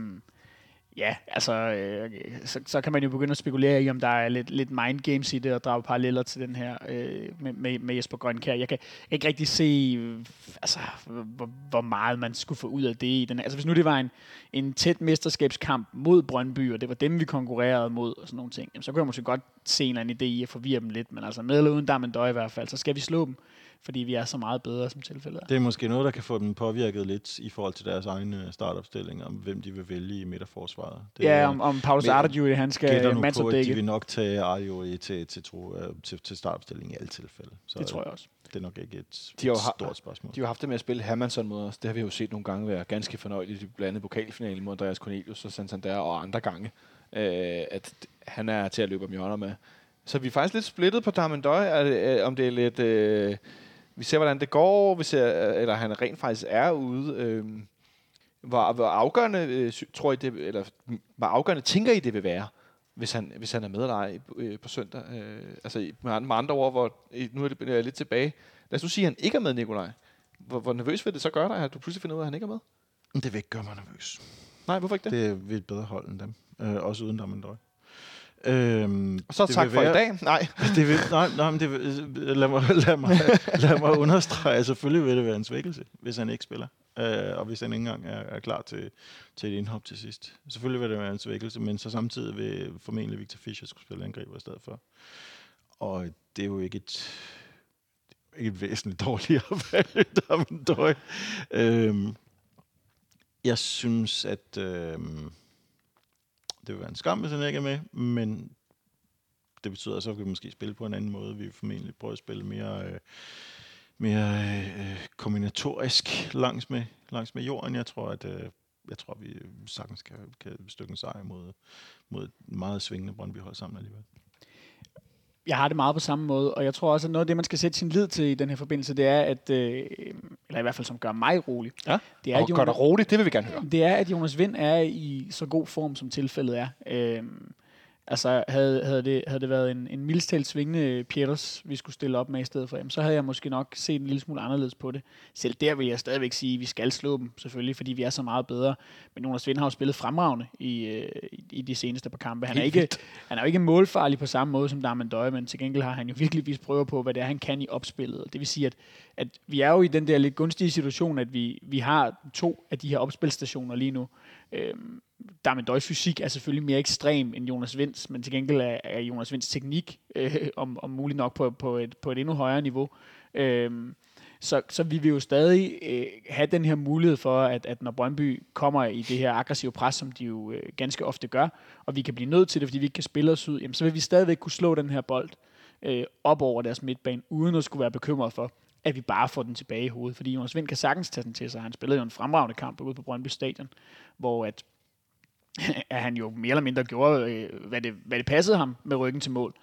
Ja, altså, så kan man jo begynde at spekulere i, om der er lidt mind games i det, og drage paralleller til den her med Jesper Grønkjær. Jeg kan ikke rigtig se, altså, hvor meget man skulle få ud af det i den her. Altså, hvis nu det var en tæt mesterskabskamp mod Brøndby, og det var dem, vi konkurrerede mod, og sådan nogle ting, så kunne jeg måske godt se en eller anden idé i at forvirre dem lidt, men altså med eller uden Darman Døj i hvert fald, så skal vi slå dem, fordi vi er så meget bedre, som tilfældet er. Det er måske noget, der kan få dem påvirket lidt i forhold til deres egen startopstilling, om hvem de vil vælge i midterforsvaret. Om Paulus Ardjuri, han skal mandsopdække. Gætter nu på, at de vil nok tage Ardjuri til startopstilling i alle tilfælde. Så det tror jeg også. Det er nok ikke et stort spørgsmål. De har haft det med at spille Hermansson mod os. Det har vi jo set nogle gange være ganske fornøjeligt i blandt andet pokalfinalen mod Andreas Cornelius og Santander og andre gange, at han er til at løbe om hjørner med. Så vi er faktisk lidt splittet på Darman Døj, om det er lidt... vi ser, hvordan det går, eller han rent faktisk er ude. Hvor afgørende, tror I det, eller hvor afgørende tænker I det vil være, hvis han er med eller ej på søndag? Altså med andre ord, hvor nu er det lidt tilbage. Lad os nu sige, at han ikke er med, Nikolaj. Hvor nervøs vil det så gøre dig, at du pludselig finder ud af, at han ikke er med? Det vil ikke gøre mig nervøs. Nej, hvorfor ikke det? Det er et bedre hold end dem. Også uden Darman Døj. Og så tak for i dag. Nej. Lad mig understrege, selvfølgelig vil det være en svækkelse, hvis han ikke spiller. Og hvis han ikke engang er klar til et indhop til sidst. Selvfølgelig vil det være en svækkelse, men så samtidig vil formentlig Victor Fischer skulle spille angriber i stedet for. Og det er jo ikke et væsentligt dårligere valg, Darman Døj. Jeg synes, at det vil være en skam, hvis han ikke er med, men det betyder, at så kan vi måske spille på en anden måde. Vi vil formentlig prøve at spille mere kombinatorisk langs med jorden. Jeg tror, vi sagtens kan stykke en sejr mod et meget svingende Brøndby-hold sammen alligevel. Jeg har det meget på samme måde, og jeg tror også, at noget af det, man skal sætte sin lid til i den her forbindelse, det er, at, eller i hvert fald som gør mig rolig. Ja, det er, og gør dig rolig, det vil vi gerne høre. Det er, at Jonas Vind er i så god form, som tilfældet er. Altså, havde det været en mildest talt svingende Pieters, vi skulle stille op med i stedet for, så havde jeg måske nok set en lille smule anderledes på det. Selv der vil jeg stadigvæk sige, at vi skal slå dem, selvfølgelig, fordi vi er så meget bedre. Men Jonas Vind har jo spillet fremragende i de seneste par kampe. Han er jo ikke målfarlig på samme måde som Darman Døj, men til gengæld har han jo virkelig vist prøver på, hvad det er, han kan i opspillet. Og det vil sige, at vi er jo i den der lidt gunstige situation, at vi har 2 af de her opspilstationer lige nu. Darman Døjs fysik er selvfølgelig mere ekstrem end Jonas Vinds, men til gengæld er Jonas Vinds teknik om muligt nok på et endnu højere niveau. Så vi vil jo stadig have den her mulighed for, at når Brøndby kommer i det her aggressive pres, som de jo ganske ofte gør, og vi kan blive nødt til det, fordi vi ikke kan spille os ud, jamen, så vil vi stadigvæk kunne slå den her bold. op over deres midtbane, uden at skulle være bekymret for, at vi bare får den tilbage i hovedet. Fordi Jonas Vind kan sagtens tage den til sig. Han spillede jo en fremragende kamp ude på Brøndby Stadion, hvor at han jo mere eller mindre gjorde, hvad det passede ham med ryggen til mål.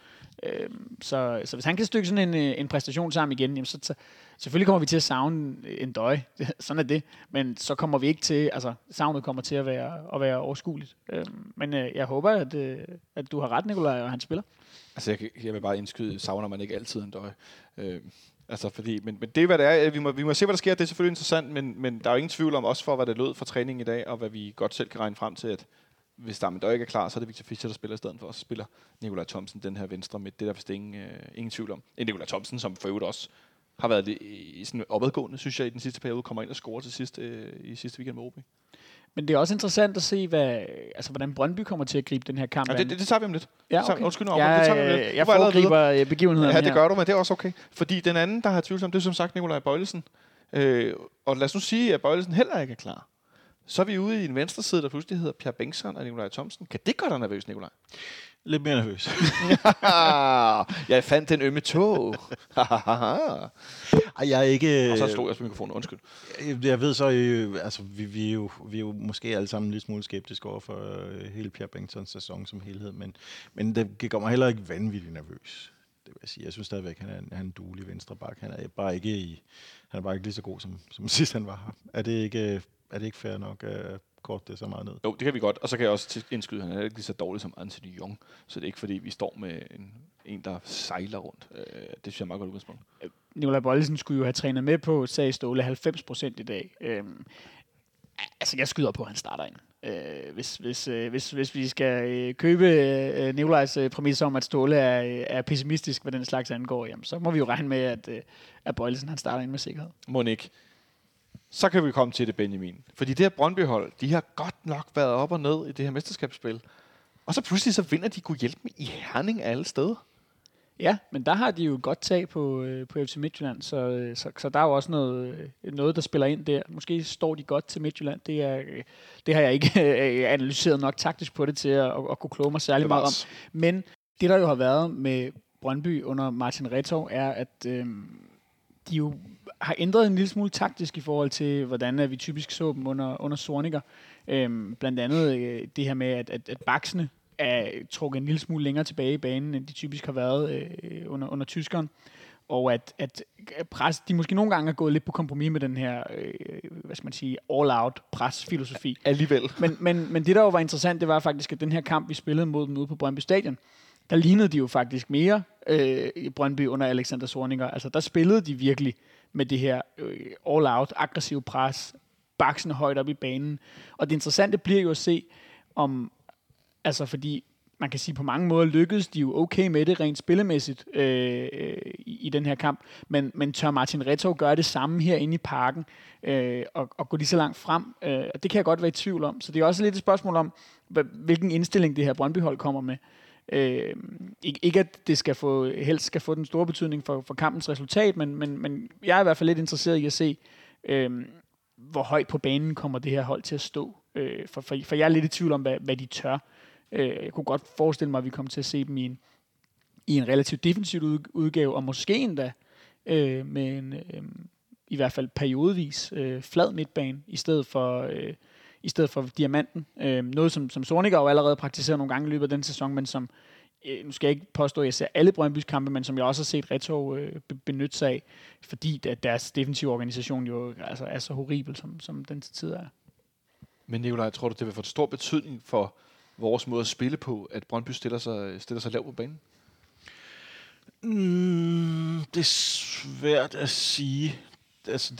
Så hvis han kan stykke sådan en præstation sammen igen, jamen så selvfølgelig kommer vi til at savne en døje. Sådan er det. Men så kommer vi ikke til, altså savnet kommer til at være overskueligt. Men jeg håber, at du har ret, Nikolaj, og han spiller. Altså jeg vil bare indskyde, savner man ikke altid en døje. Altså fordi, men det er, hvad det er. Vi må se, hvad der sker. Det er selvfølgelig interessant, men der er jo ingen tvivl om, også for, hvad der lød for træningen i dag, og hvad vi godt selv kan regne frem til, at hvis Damendøj ikke er klar, så er det Victor Fischer, der spiller i stedet for. Og så spiller Nikolaj Thomsen den her venstre midt. Det er der vist ingen tvivl om. Nikolaj Thomsen, som for øvrigt også har været i sådan opadgående, synes jeg, i den sidste periode, kommer ind og scorer til sidst i sidste weekend med OB. Men det er også interessant at se, hvordan Brøndby kommer til at gribe den her kamp. Ja, det tager vi om lidt. Ja, okay. Undskyld nu, det tager vi om lidt. Jeg foregriber begivenheden. Ja, det gør du, men det er også okay. Fordi den anden, der har tvivl om, det er som sagt Nikolaj Bøjlesen. Og lad os nu sige, at Bøjlesen heller ikke er klar. Så er vi ude i en venstre side, der pludselig hedder Pierre Bengtsson og Nikolaj Thomsen. Kan det gøre dig nervøs, Nikolaj? Lidt mere nervøs. Jeg fandt den ømme tog. Jeg er ikke... Og så slog jeg på mikrofonen, undskyld. Jeg ved så, altså vi er jo måske alle sammen lidt smule skeptiske over for hele Pierre Bengtssons sæson som helhed, men det gør mig heller ikke vanvittigt nervøs. Det vil jeg sige. Jeg synes stadigvæk, han er en duelig venstreback. Han er bare ikke lige så god, som sidst han var her. Er det ikke fair nok at korte det så meget ned? Jo, det kan vi godt. Og så kan jeg også indskyde, han er ikke lige så dårlig som Anthony Jong. Så det er ikke fordi, vi står med en der sejler rundt. Det synes jeg er meget godt udgangspunkt. Nikolaj Bøjlesen skulle jo have trænet med på, sagde Ståle, 90% i dag. Altså, jeg skyder på, at han starter ind. Hvis vi skal købe Nikolajs præmis om, at Ståle er pessimistisk, hvad den slags angår, jamen, så må vi jo regne med, at Bøjlesen han starter ind med sikkerhed. Monik. Så kan vi komme til det, Benjamin. Fordi det her Brøndby-hold, de har godt nok været op og ned i det her mesterskabsspil. Og så pludselig så vinder de, kunne hjælpe med i Herning alle steder. Ja, men der har de jo godt tag på FC Midtjylland, så der er jo også noget, der spiller ind der. Måske står de godt til Midtjylland. Det har jeg ikke analyseret nok taktisk på det til at kunne kloge mig særlig meget om. Men det, der jo har været med Brøndby under Martin Retov, er, at de jo har ændret en lille smule taktisk i forhold til, hvordan vi typisk så dem under Zorniger. Blandt andet det her med, at baksene er trukket en lille smule længere tilbage i banen, end de typisk har været under tyskeren. Og at de måske nogle gange er gået lidt på kompromis med den her, hvad skal man sige, all-out presfilosofi. Alligevel. Men det, der jo var interessant, det var faktisk, at den her kamp, vi spillede mod dem ude på Brøndby Stadion, der lignede de jo faktisk mere i Brøndby under Alexander Zorniger. Altså, der spillede de virkelig med det her all-out, aggressiv pres, baksende højt op i banen. Og det interessante bliver jo at se, om, altså fordi man kan sige, på mange måder lykkedes de jo okay med det rent spillemæssigt i den her kamp, men tør Martin Retov gøre det samme herinde i parken og gå lige så langt frem? Og det kan jeg godt være i tvivl om. Så det er også lidt et spørgsmål om, hvilken indstilling det her Brøndby-hold kommer med. Ikke at det helst skal få den store betydning for kampens resultat, men jeg er i hvert fald lidt interesseret i at se, hvor højt på banen kommer det her hold til at stå. For jeg er lidt i tvivl om, hvad de tør. Jeg kunne godt forestille mig, at vi kommer til at se dem i en relativt defensiv udgave, og måske endda med en i hvert fald periodevis flad midtbane, i stedet for diamanten. Noget, som Zorniger jo allerede praktiserer nogle gange i løbet af den sæson, men som, nu skal jeg ikke påstå, at jeg ser alle Brøndbys kampe, men som jeg også har set Retov benytte sig af, fordi deres defensive organisation jo altså er så horribel, som den til tid er. Men Nikolaj, jeg tror du, det vil få stor betydning for vores måde at spille på, at Brøndby stiller sig lavt på banen? Det er svært at sige. Altså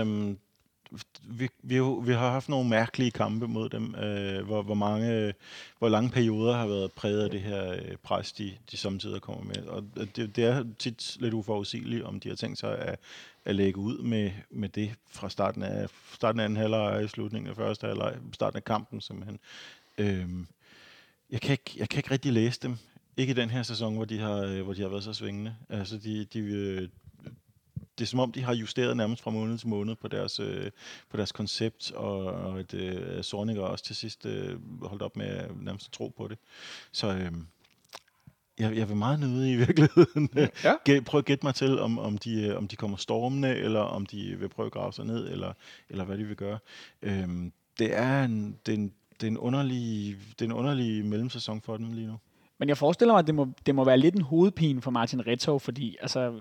vi har haft nogle mærkelige kampe mod dem, hvor lange perioder har været præget af det her pres, de samtidig kommer med. Og det er tit lidt uforudsigeligt, om de har tænkt sig at lægge ud med det fra starten af anden halvleg, slutningen af første halvleg, starten af kampen simpelthen. Jeg kan ikke rigtig læse dem. Ikke i den her sæson, hvor de har været så svingende. Altså det er som om, de har justeret nærmest fra måned til måned på deres koncept, og at Zorniger også til sidst holdt op med nærmest at tro på det. Så Jeg vil meget nødig i virkeligheden. Ja. Prøv at gætte mig til, om de kommer stormende, eller om de vil prøve at grave sig ned, eller hvad de vil gøre. Det er en underlig mellemsæson for dem lige nu. Men jeg forestiller mig, at det må være lidt en hovedpine for Martin Retov, fordi altså,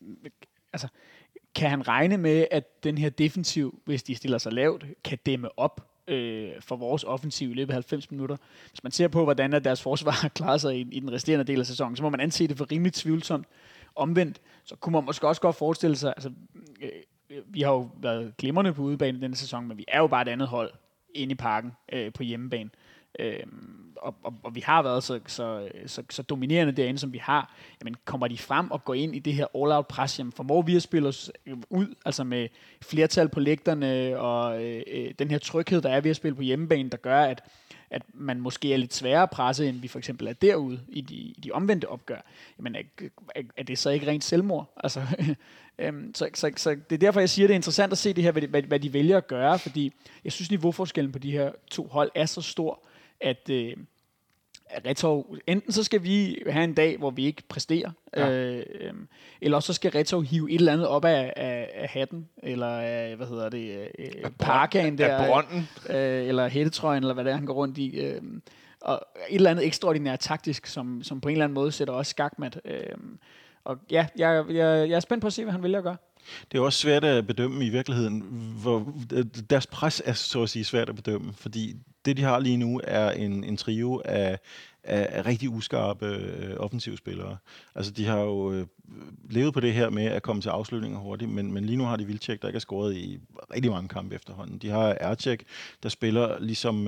kan han regne med, at den her defensiv, hvis de stiller sig lavt, kan dæmme op for vores offensiv i løbet af 90 minutter. Hvis man ser på, hvordan deres forsvar har klaret sig i den resterende del af sæsonen, så må man anse det for rimelig tvivlsomt. Omvendt, så kunne man måske også godt forestille sig, altså, vi har jo været glimrende på udebane i denne sæson, men vi er jo bare et andet hold inde i parken på hjemmebane. Og vi har været så dominerende derinde, som vi har. Jamen, kommer de frem og går ind i det her all-out pres, jamen, formår vi at spille os ud, altså med flertal på lægterne, og den her tryghed, der er ved at spille på hjemmebane, der gør, at man måske er lidt sværere at presse, end vi for eksempel er derude i de omvendte opgør. Jamen, er det så ikke rent selvmord? Altså, så det er derfor, jeg siger, det er interessant at se det her, hvad de vælger at gøre, fordi jeg synes, niveauforskellen på de her to hold er så stor, at Retov, enten så skal vi have en dag, hvor vi ikke præsterer, eller så skal Retov hive et eller andet op af hatten, eller af, parkaen der, af brønden, eller hættetrøjen, eller hvad det er, han går rundt i, og et eller andet ekstraordinært taktisk, som på en eller anden måde sætter også skakmat. Og ja, jeg er spændt på at se, hvad han vælger at gøre. Det er også svært at bedømme i virkeligheden, hvor deres pres er så at sige svært at bedømme, fordi det, de har lige nu, er en trio af rigtig uskarpe offensivspillere. Altså, de har jo levet på det her med at komme til afslutninger hurtigt, men lige nu har de Wilczek, der ikke er scoret i rigtig mange kampe efterhånden. De har Ercek, der spiller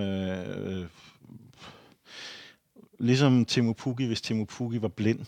ligesom Teemu Pukki, hvis Teemu Pukki var blind.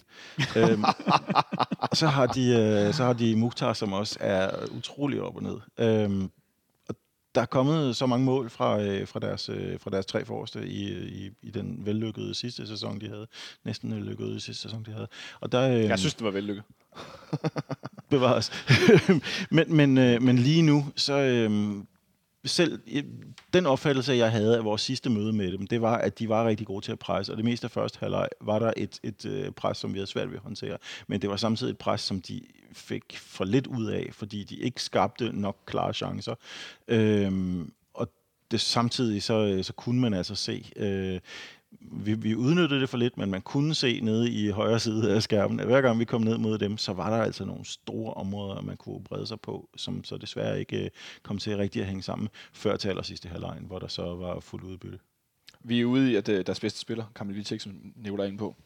Så har de Mukhtar, som også er utrolig op og ned. Der er kommet så mange mål fra deres tre forreste i den vellykkede sidste sæson, de havde. Næsten vellykkede sidste sæson, de havde. Og der, jeg synes, det var vellykket. Bevares. men lige nu, så selv den opfattelse, jeg havde af vores sidste møde med dem, det var, at de var rigtig gode til at presse, og det meste af første halvleg var der et pres, som vi havde svært ved at håndtere, men det var samtidig et pres, som de fik for lidt ud af, fordi de ikke skabte nok klare chancer. Og det samtidig så kunne man altså se, vi udnyttede det for lidt, men man kunne se nede i højre side af skærmen, at hver gang vi kom ned mod dem, så var der altså nogle store områder, man kunne brede sig på, som så desværre ikke kom til rigtig at hænge sammen, før til allersidste halvlejen, hvor der så var fuld udbytte. Vi er ude i, at deres bedste spiller, Kamil Wilczek, som nævner ind på.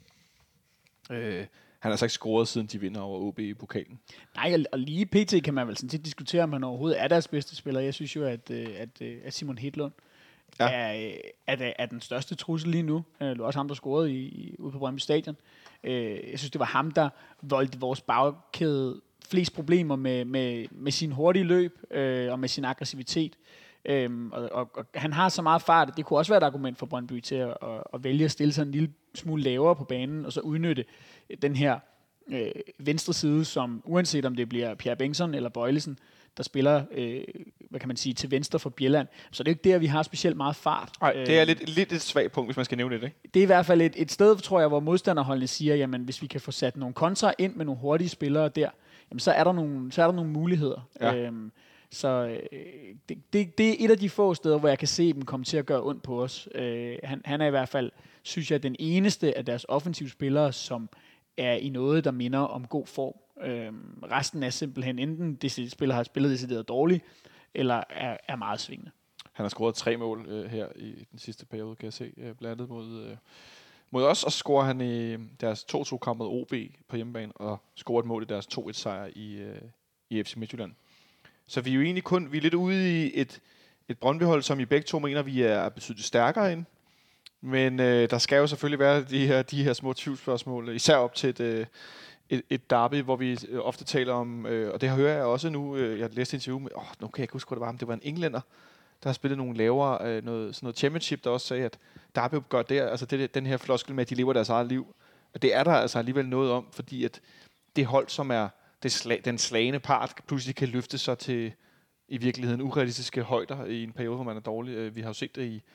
Han har altså ikke scoret, siden de vinder over OB i pokalen. Nej, og lige pt. Kan man vel sådan set diskutere, om han overhovedet er deres bedste spiller. Jeg synes jo, at Simon Hedlund er den største trussel lige nu. Det var også ham, der scorede ude på Brøndby Stadion. Jeg synes, det var ham, der voldte vores bagkæde flest problemer med sin hurtige løb og med sin aggressivitet. Og han har så meget fart, det kunne også være et argument for Brøndby til at vælge at stille sig en lille smule lavere på banen, og så udnytte den her venstre side, som uanset om det bliver Pierre Bengtsson eller Bøjlesen, der spiller, hvad kan man sige, til venstre for Bjelland. Så det er jo ikke der, vi har specielt meget fart. Nej, det er lidt et svagt punkt, hvis man skal nævne det, ikke? Det er i hvert fald et sted, tror jeg, hvor modstanderholdene siger, jamen hvis vi kan få sat nogle kontra ind med nogle hurtige spillere der, jamen så er der nogle muligheder. Ja. Så det er et af de få steder, hvor jeg kan se dem komme til at gøre ondt på os. Han er i hvert fald, synes jeg, den eneste af deres offensive spillere, som er i noget, der minder om god form. Resten er simpelthen enten de spillere har spillet decideret dårligt, eller er meget svingende. Han har scoret 3 mål her i den sidste periode, kan jeg se, blandt andet mod os, og så scorer han i deres 2-2-kamp mod OB på hjemmebane, og scorer et mål i deres 2-1-sejr i FC Midtjylland. Så vi er jo egentlig vi er lidt ude i et Brøndby-hold, som I begge to mener, vi er betydeligt stærkere end. Men der skal jo selvfølgelig være de her små tvivlsspørgsmål, især op til et derby, hvor vi ofte taler om, og det hører jeg også nu, jeg læste interview med, nu kan jeg ikke huske, hvad det var, men det var en englænder, der har spillet nogle lavere, sådan noget championship, der også sagde, at derby gør det, altså den her floskel med, at de lever deres eget liv, og det er der altså alligevel noget om, fordi at det hold, som er den slagende part, pludselig kan løfte sig til i virkeligheden urealistiske højder i en periode, hvor man er dårlig. Vi har jo set det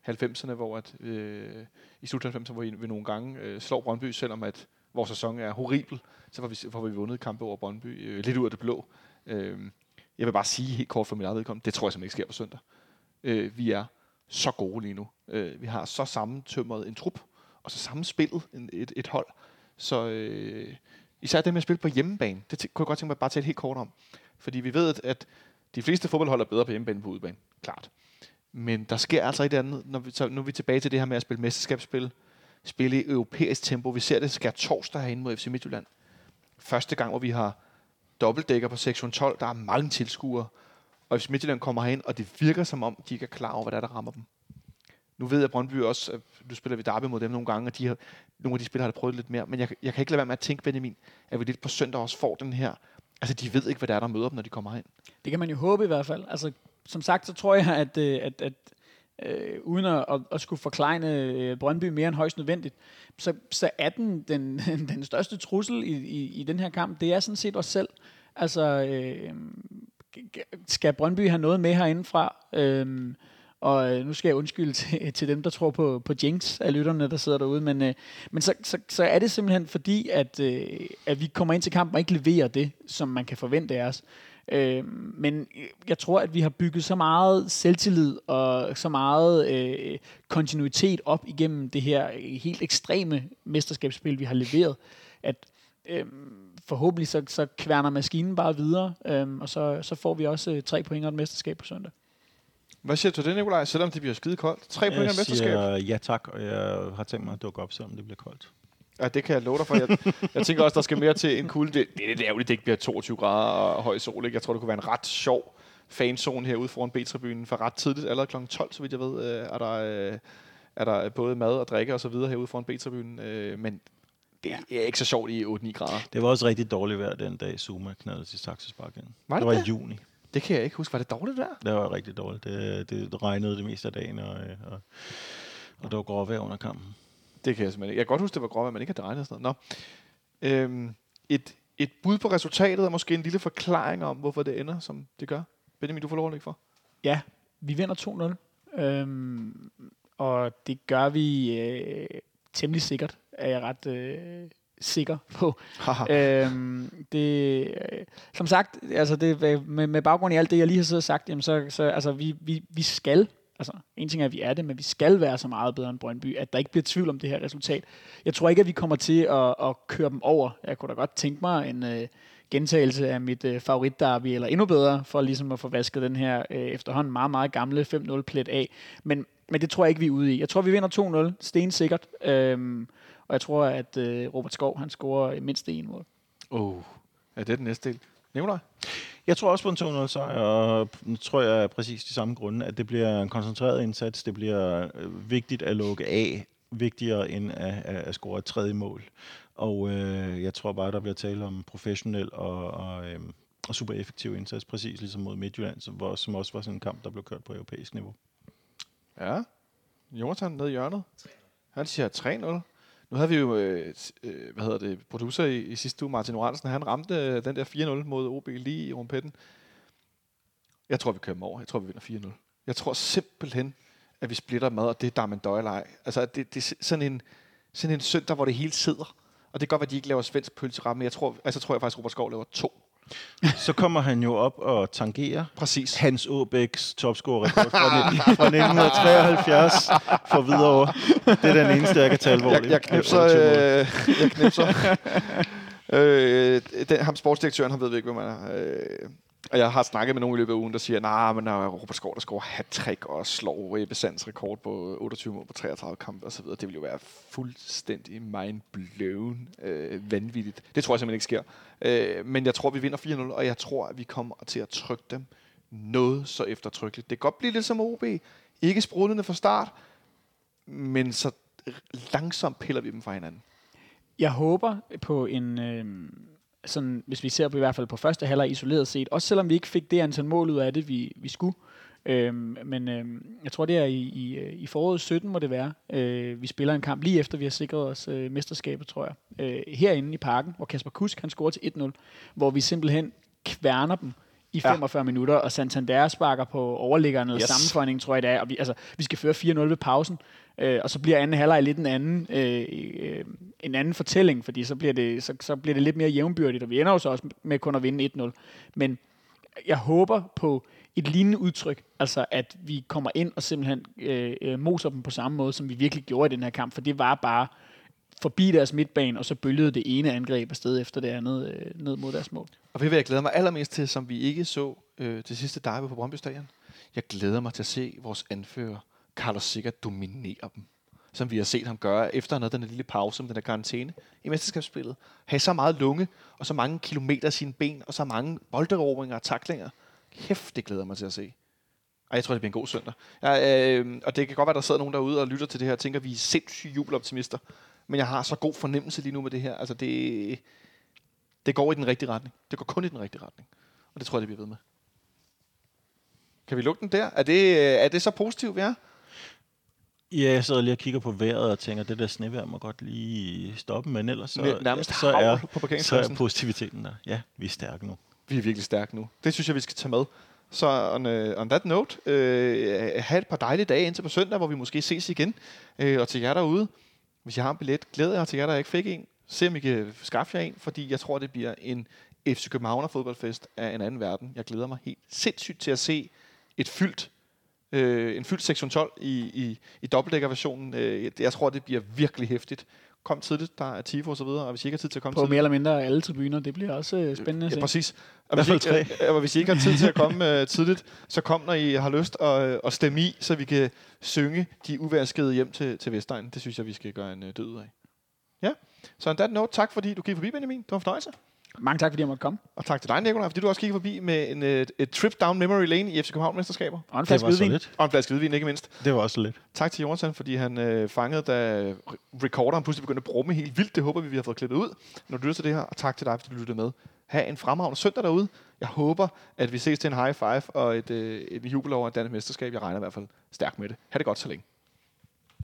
90'erne, hvor i slut 90'erne, hvor vi nogle gange slår Brøndby, selvom at vores sæson er horribel, så får vi vundet kampe over Brøndby, lidt ud af det blå. Jeg vil bare sige helt kort for mit eget vedkommende, det tror jeg simpelthen ikke sker på søndag. Vi er så gode lige nu. Vi har så sammentømret en trup, og så sammenspillet et hold. Så især det med at spille på hjemmebane, det kunne jeg godt tænke mig bare tale helt kort om. Fordi vi ved, at de fleste fodboldhold er bedre på hjemmebane end på udebane. Klart. Men der sker altså et andet, nu er vi tilbage til det her med at spille mesterskabsspil, spille i europæisk tempo. Vi ser det sker torsdag herinde mod FC Midtjylland. Første gang, hvor vi har dobbeltdækker på sektion 12, der er mange tilskuere, og FC Midtjylland kommer herind, og det virker som om, de ikke er klar over, hvad der rammer dem. Nu ved jeg, at Brøndby også, at nu spiller vi derby mod dem nogle gange, og nogle af de spillere har det prøvet lidt mere, men jeg kan ikke lade være med at tænke, Benjamin, at vi lidt på søndag også får den her. Altså, de ved ikke, hvad der møder dem, når de kommer herind. Det kan man jo håbe i hvert fald. Altså, som sagt, så tror jeg, at uden at skulle forklejne Brøndby mere end højst nødvendigt, så er den største trussel i den her kamp, det er sådan set os selv. Altså, skal Brøndby have noget med herindefra? Og nu skal jeg undskylde til dem, der tror på jinx af lytterne, der sidder derude, men så er det simpelthen fordi, at vi kommer ind til kampen og ikke leverer det, som man kan forvente af os. Men jeg tror, at vi har bygget så meget selvtillid og så meget kontinuitet op igennem det her helt ekstreme mesterskabsspil, vi har leveret, at forhåbentlig så kværner maskinen bare videre, og så får vi også 3 point og et mesterskab på søndag. Hvad siger du til det, Nikolaj, selvom det bliver skide koldt? 3 point og et mesterskab? Jeg siger ja tak, og jeg har tænkt mig at dukke op, selvom det bliver koldt. Ja, det kan jeg love dig for. Jeg tænker også, der skal mere til en kulde. Det er lidt ærgerligt, det ikke bliver 22 grader og høj sol. Ikke? Jeg tror, det kunne være en ret sjov fanzone herude foran B-tribunen for ret tidligt. Allerede kl. 12, så vidt jeg ved, er der både mad og drikke og så videre herude foran B-tribunen. Men det er ikke så sjovt i 8-9 grader. Det var også rigtig dårligt vejr den dag, Zuma knaldede til Saxes Park igen. Det var i juni. Det kan jeg ikke huske. Var det dårligt vejr? Det var rigtig dårligt. Det regnede det meste af dagen, og der var gråvejr under kampen. Det kan jeg simpelthen ikke. Jeg kan godt huske, det var gråvejr, men ikke at det regnede sådan noget. Nå. Et bud på resultatet, og måske en lille forklaring om, hvorfor det ender, som det gør. Benjamin, du får lov at lægge for. Ja, vi vinder 2-0. Og det gør vi temmelig sikkert, er jeg ret sikker på. Som sagt, altså det, med baggrund i alt det, jeg lige har sagt, jamen så altså vi skal, altså en ting er, at vi er det, men vi skal være så meget bedre end Brøndby, at der ikke bliver tvivl om det her resultat. Jeg tror ikke, at vi kommer til at køre dem over. Jeg kunne da godt tænke mig en gentagelse af mit favoritderby, eller endnu bedre, for ligesom at få vasket den her efterhånden meget, meget gamle 5-0-plet af. Men det tror jeg ikke, vi er ude i. Jeg tror, vi vinder 2-0, stensikkert. Og jeg tror, at Robert Skov, han scorer mindst 1 mål. Er det den næste del? Nikolaj? Jeg tror også på en 2-0 sejr, og nu tror jeg præcis de samme grunde, at det bliver en koncentreret indsats. Det bliver vigtigt at lukke af, vigtigere end at score et 3. mål. Og jeg tror bare, der bliver tale om professionel og super effektiv indsats, præcis ligesom mod Midtjylland, som også var sådan en kamp, der blev kørt på europæisk niveau. Ja. Jonathan nede i hjørnet. Han siger 3-0. Nu havde vi jo, producer i sidste uge, Martin Oransen, han ramte den der 4-0 mod OB lige i rumpetten. Jeg tror, vi kører dem over. Jeg tror, vi vinder 4-0. Jeg tror simpelthen, at vi splitter mad, og det er Darmendøj-leg. Altså, det er sådan en søndag, hvor det hele sidder. Og det kan godt være, at de ikke laver svensk pølseramme, men jeg tror faktisk, at Robert Skov laver 2. Så kommer han jo op og tangerer præcis Hans Aabæks topscorer-rekord fra 1973 for Hvidovre. Det er den eneste, jeg kan tale alvorligt. Jeg knipser. Ham sportsdirektøren, han ved ikke, hvad man er. Og jeg har snakket med nogen i løbet af ugen, der siger, men der er Robert Skov, der scorer hat-trick og slår Ebbe Sands rekord på 28 mål på 33 kampe osv. Det vil jo være fuldstændig mind-blown vanvittigt. Det tror jeg simpelthen ikke sker. Men jeg tror, vi vinder 4-0, og jeg tror, at vi kommer til at trykke dem noget så eftertrykkeligt. Det kan godt blive lidt som OB. Ikke sprudlende fra start, men så langsomt piller vi dem fra hinanden. Jeg håber på en... sådan, hvis vi ser på i hvert fald på første halvleg isoleret set, også selvom vi ikke fik det antal mål ud af det, vi skulle. Men jeg tror, det er i foråret 17 må det være. Vi spiller en kamp lige efter, vi har sikret os mesterskabet, tror jeg. Herinde i parken, hvor Kasper Kusk, han scorer til 1-0, hvor vi simpelthen kværner dem i 45 minutter, og Santander sparker på overliggeren eller Yes. sammenføjning, tror jeg det er. Og vi skal føre 4-0 ved pausen, og så bliver anden halvleg lidt en anden fortælling, fordi så bliver det lidt mere jævnbyrdigt, og vi ender jo så også med kun at vinde 1-0. Men jeg håber på et lignende udtryk, altså at vi kommer ind og simpelthen moser dem på samme måde, som vi virkelig gjorde i den her kamp, for det var bare forbi deres midtbane, og så bølgede det ene angreb afsted efter det andet ned mod deres mål. Og ved hvad jeg glæder mig allermest til, som vi ikke så det sidste derby på Brøndby Stadion? Jeg glæder mig til at se vores anfører, Carlos Sikker, dominere dem. Som vi har set ham gøre efter noget den lille pause med den der karantæne i mesterskabsspillet. Have så meget lunge, og så mange kilometer af sine ben, og så mange bolderobringer og taklinger. Kæft, det glæder mig til at se. Og jeg tror, det bliver en god søndag. Og det kan godt være, der sidder nogen derude og lytter til det her og tænker, at vi er sindssygt jubeloptimister. Men jeg har så god fornemmelse lige nu med det her. Altså, det går i den rigtige retning. Det går kun i den rigtige retning. Og det tror jeg, det bliver ved med. Kan vi lukke den der? Er det så positivt, vi er? Ja, jeg sidder lige og kigger på vejret og tænker, det der snevejr må godt lige stoppe, men ellers så, Nærmest så på er parkeringspladsen. positiviteten der. Ja, vi er stærke nu. Vi er virkelig stærke nu. Det synes jeg, vi skal tage med. Så on that note, have et par dejlige dage indtil på søndag, hvor vi måske ses igen. Og til jer derude, hvis jeg har en billet, glæder jeg til jer, der ikke fik en. Se om I kan skaffe jer en, fordi jeg tror, det bliver en FC Københavner fodboldfest af en anden verden. Jeg glæder mig helt sindssygt til at se en fyldt sektion 12 i dobbeltdækkerversionen. Jeg tror, det bliver virkelig hæftigt. Kom tidligt, der er tifo og så videre, og hvis I ikke har tid til at komme på tidligt... mere eller mindre alle tribuner, det bliver også spændende at se. Ja, præcis. Og hvis I ikke har tid til at komme tidligt, så kom, når I har lyst at stemme i, så vi kan synge de uvaskede hjem til Vestegnen. Det synes jeg, vi skal gøre en død ud af. Ja, så on that note, tak fordi du kiggede forbi, Benjamin. Det var en fornøjelse. Mange tak, fordi jeg måtte komme. Og tak til dig, Nicolaj, fordi du også kiggede forbi med et trip down memory lane i FC København-mesterskaber. Og en flaske hvidvin. Og en flaske hvidvin, ikke mindst. Det var også lidt. Tak til Jonathan, fordi han fangede, da recorderen pludselig begyndte at brumme helt vildt. Det håber vi har fået klippet ud, når du lytter til det her. Og tak til dig, fordi du lyttede med. Ha' en fremragende søndag derude. Jeg håber, at vi ses til en high five og et jubel over et dansk mesterskab. Jeg regner i hvert fald stærkt med det. Ha' det godt så længe.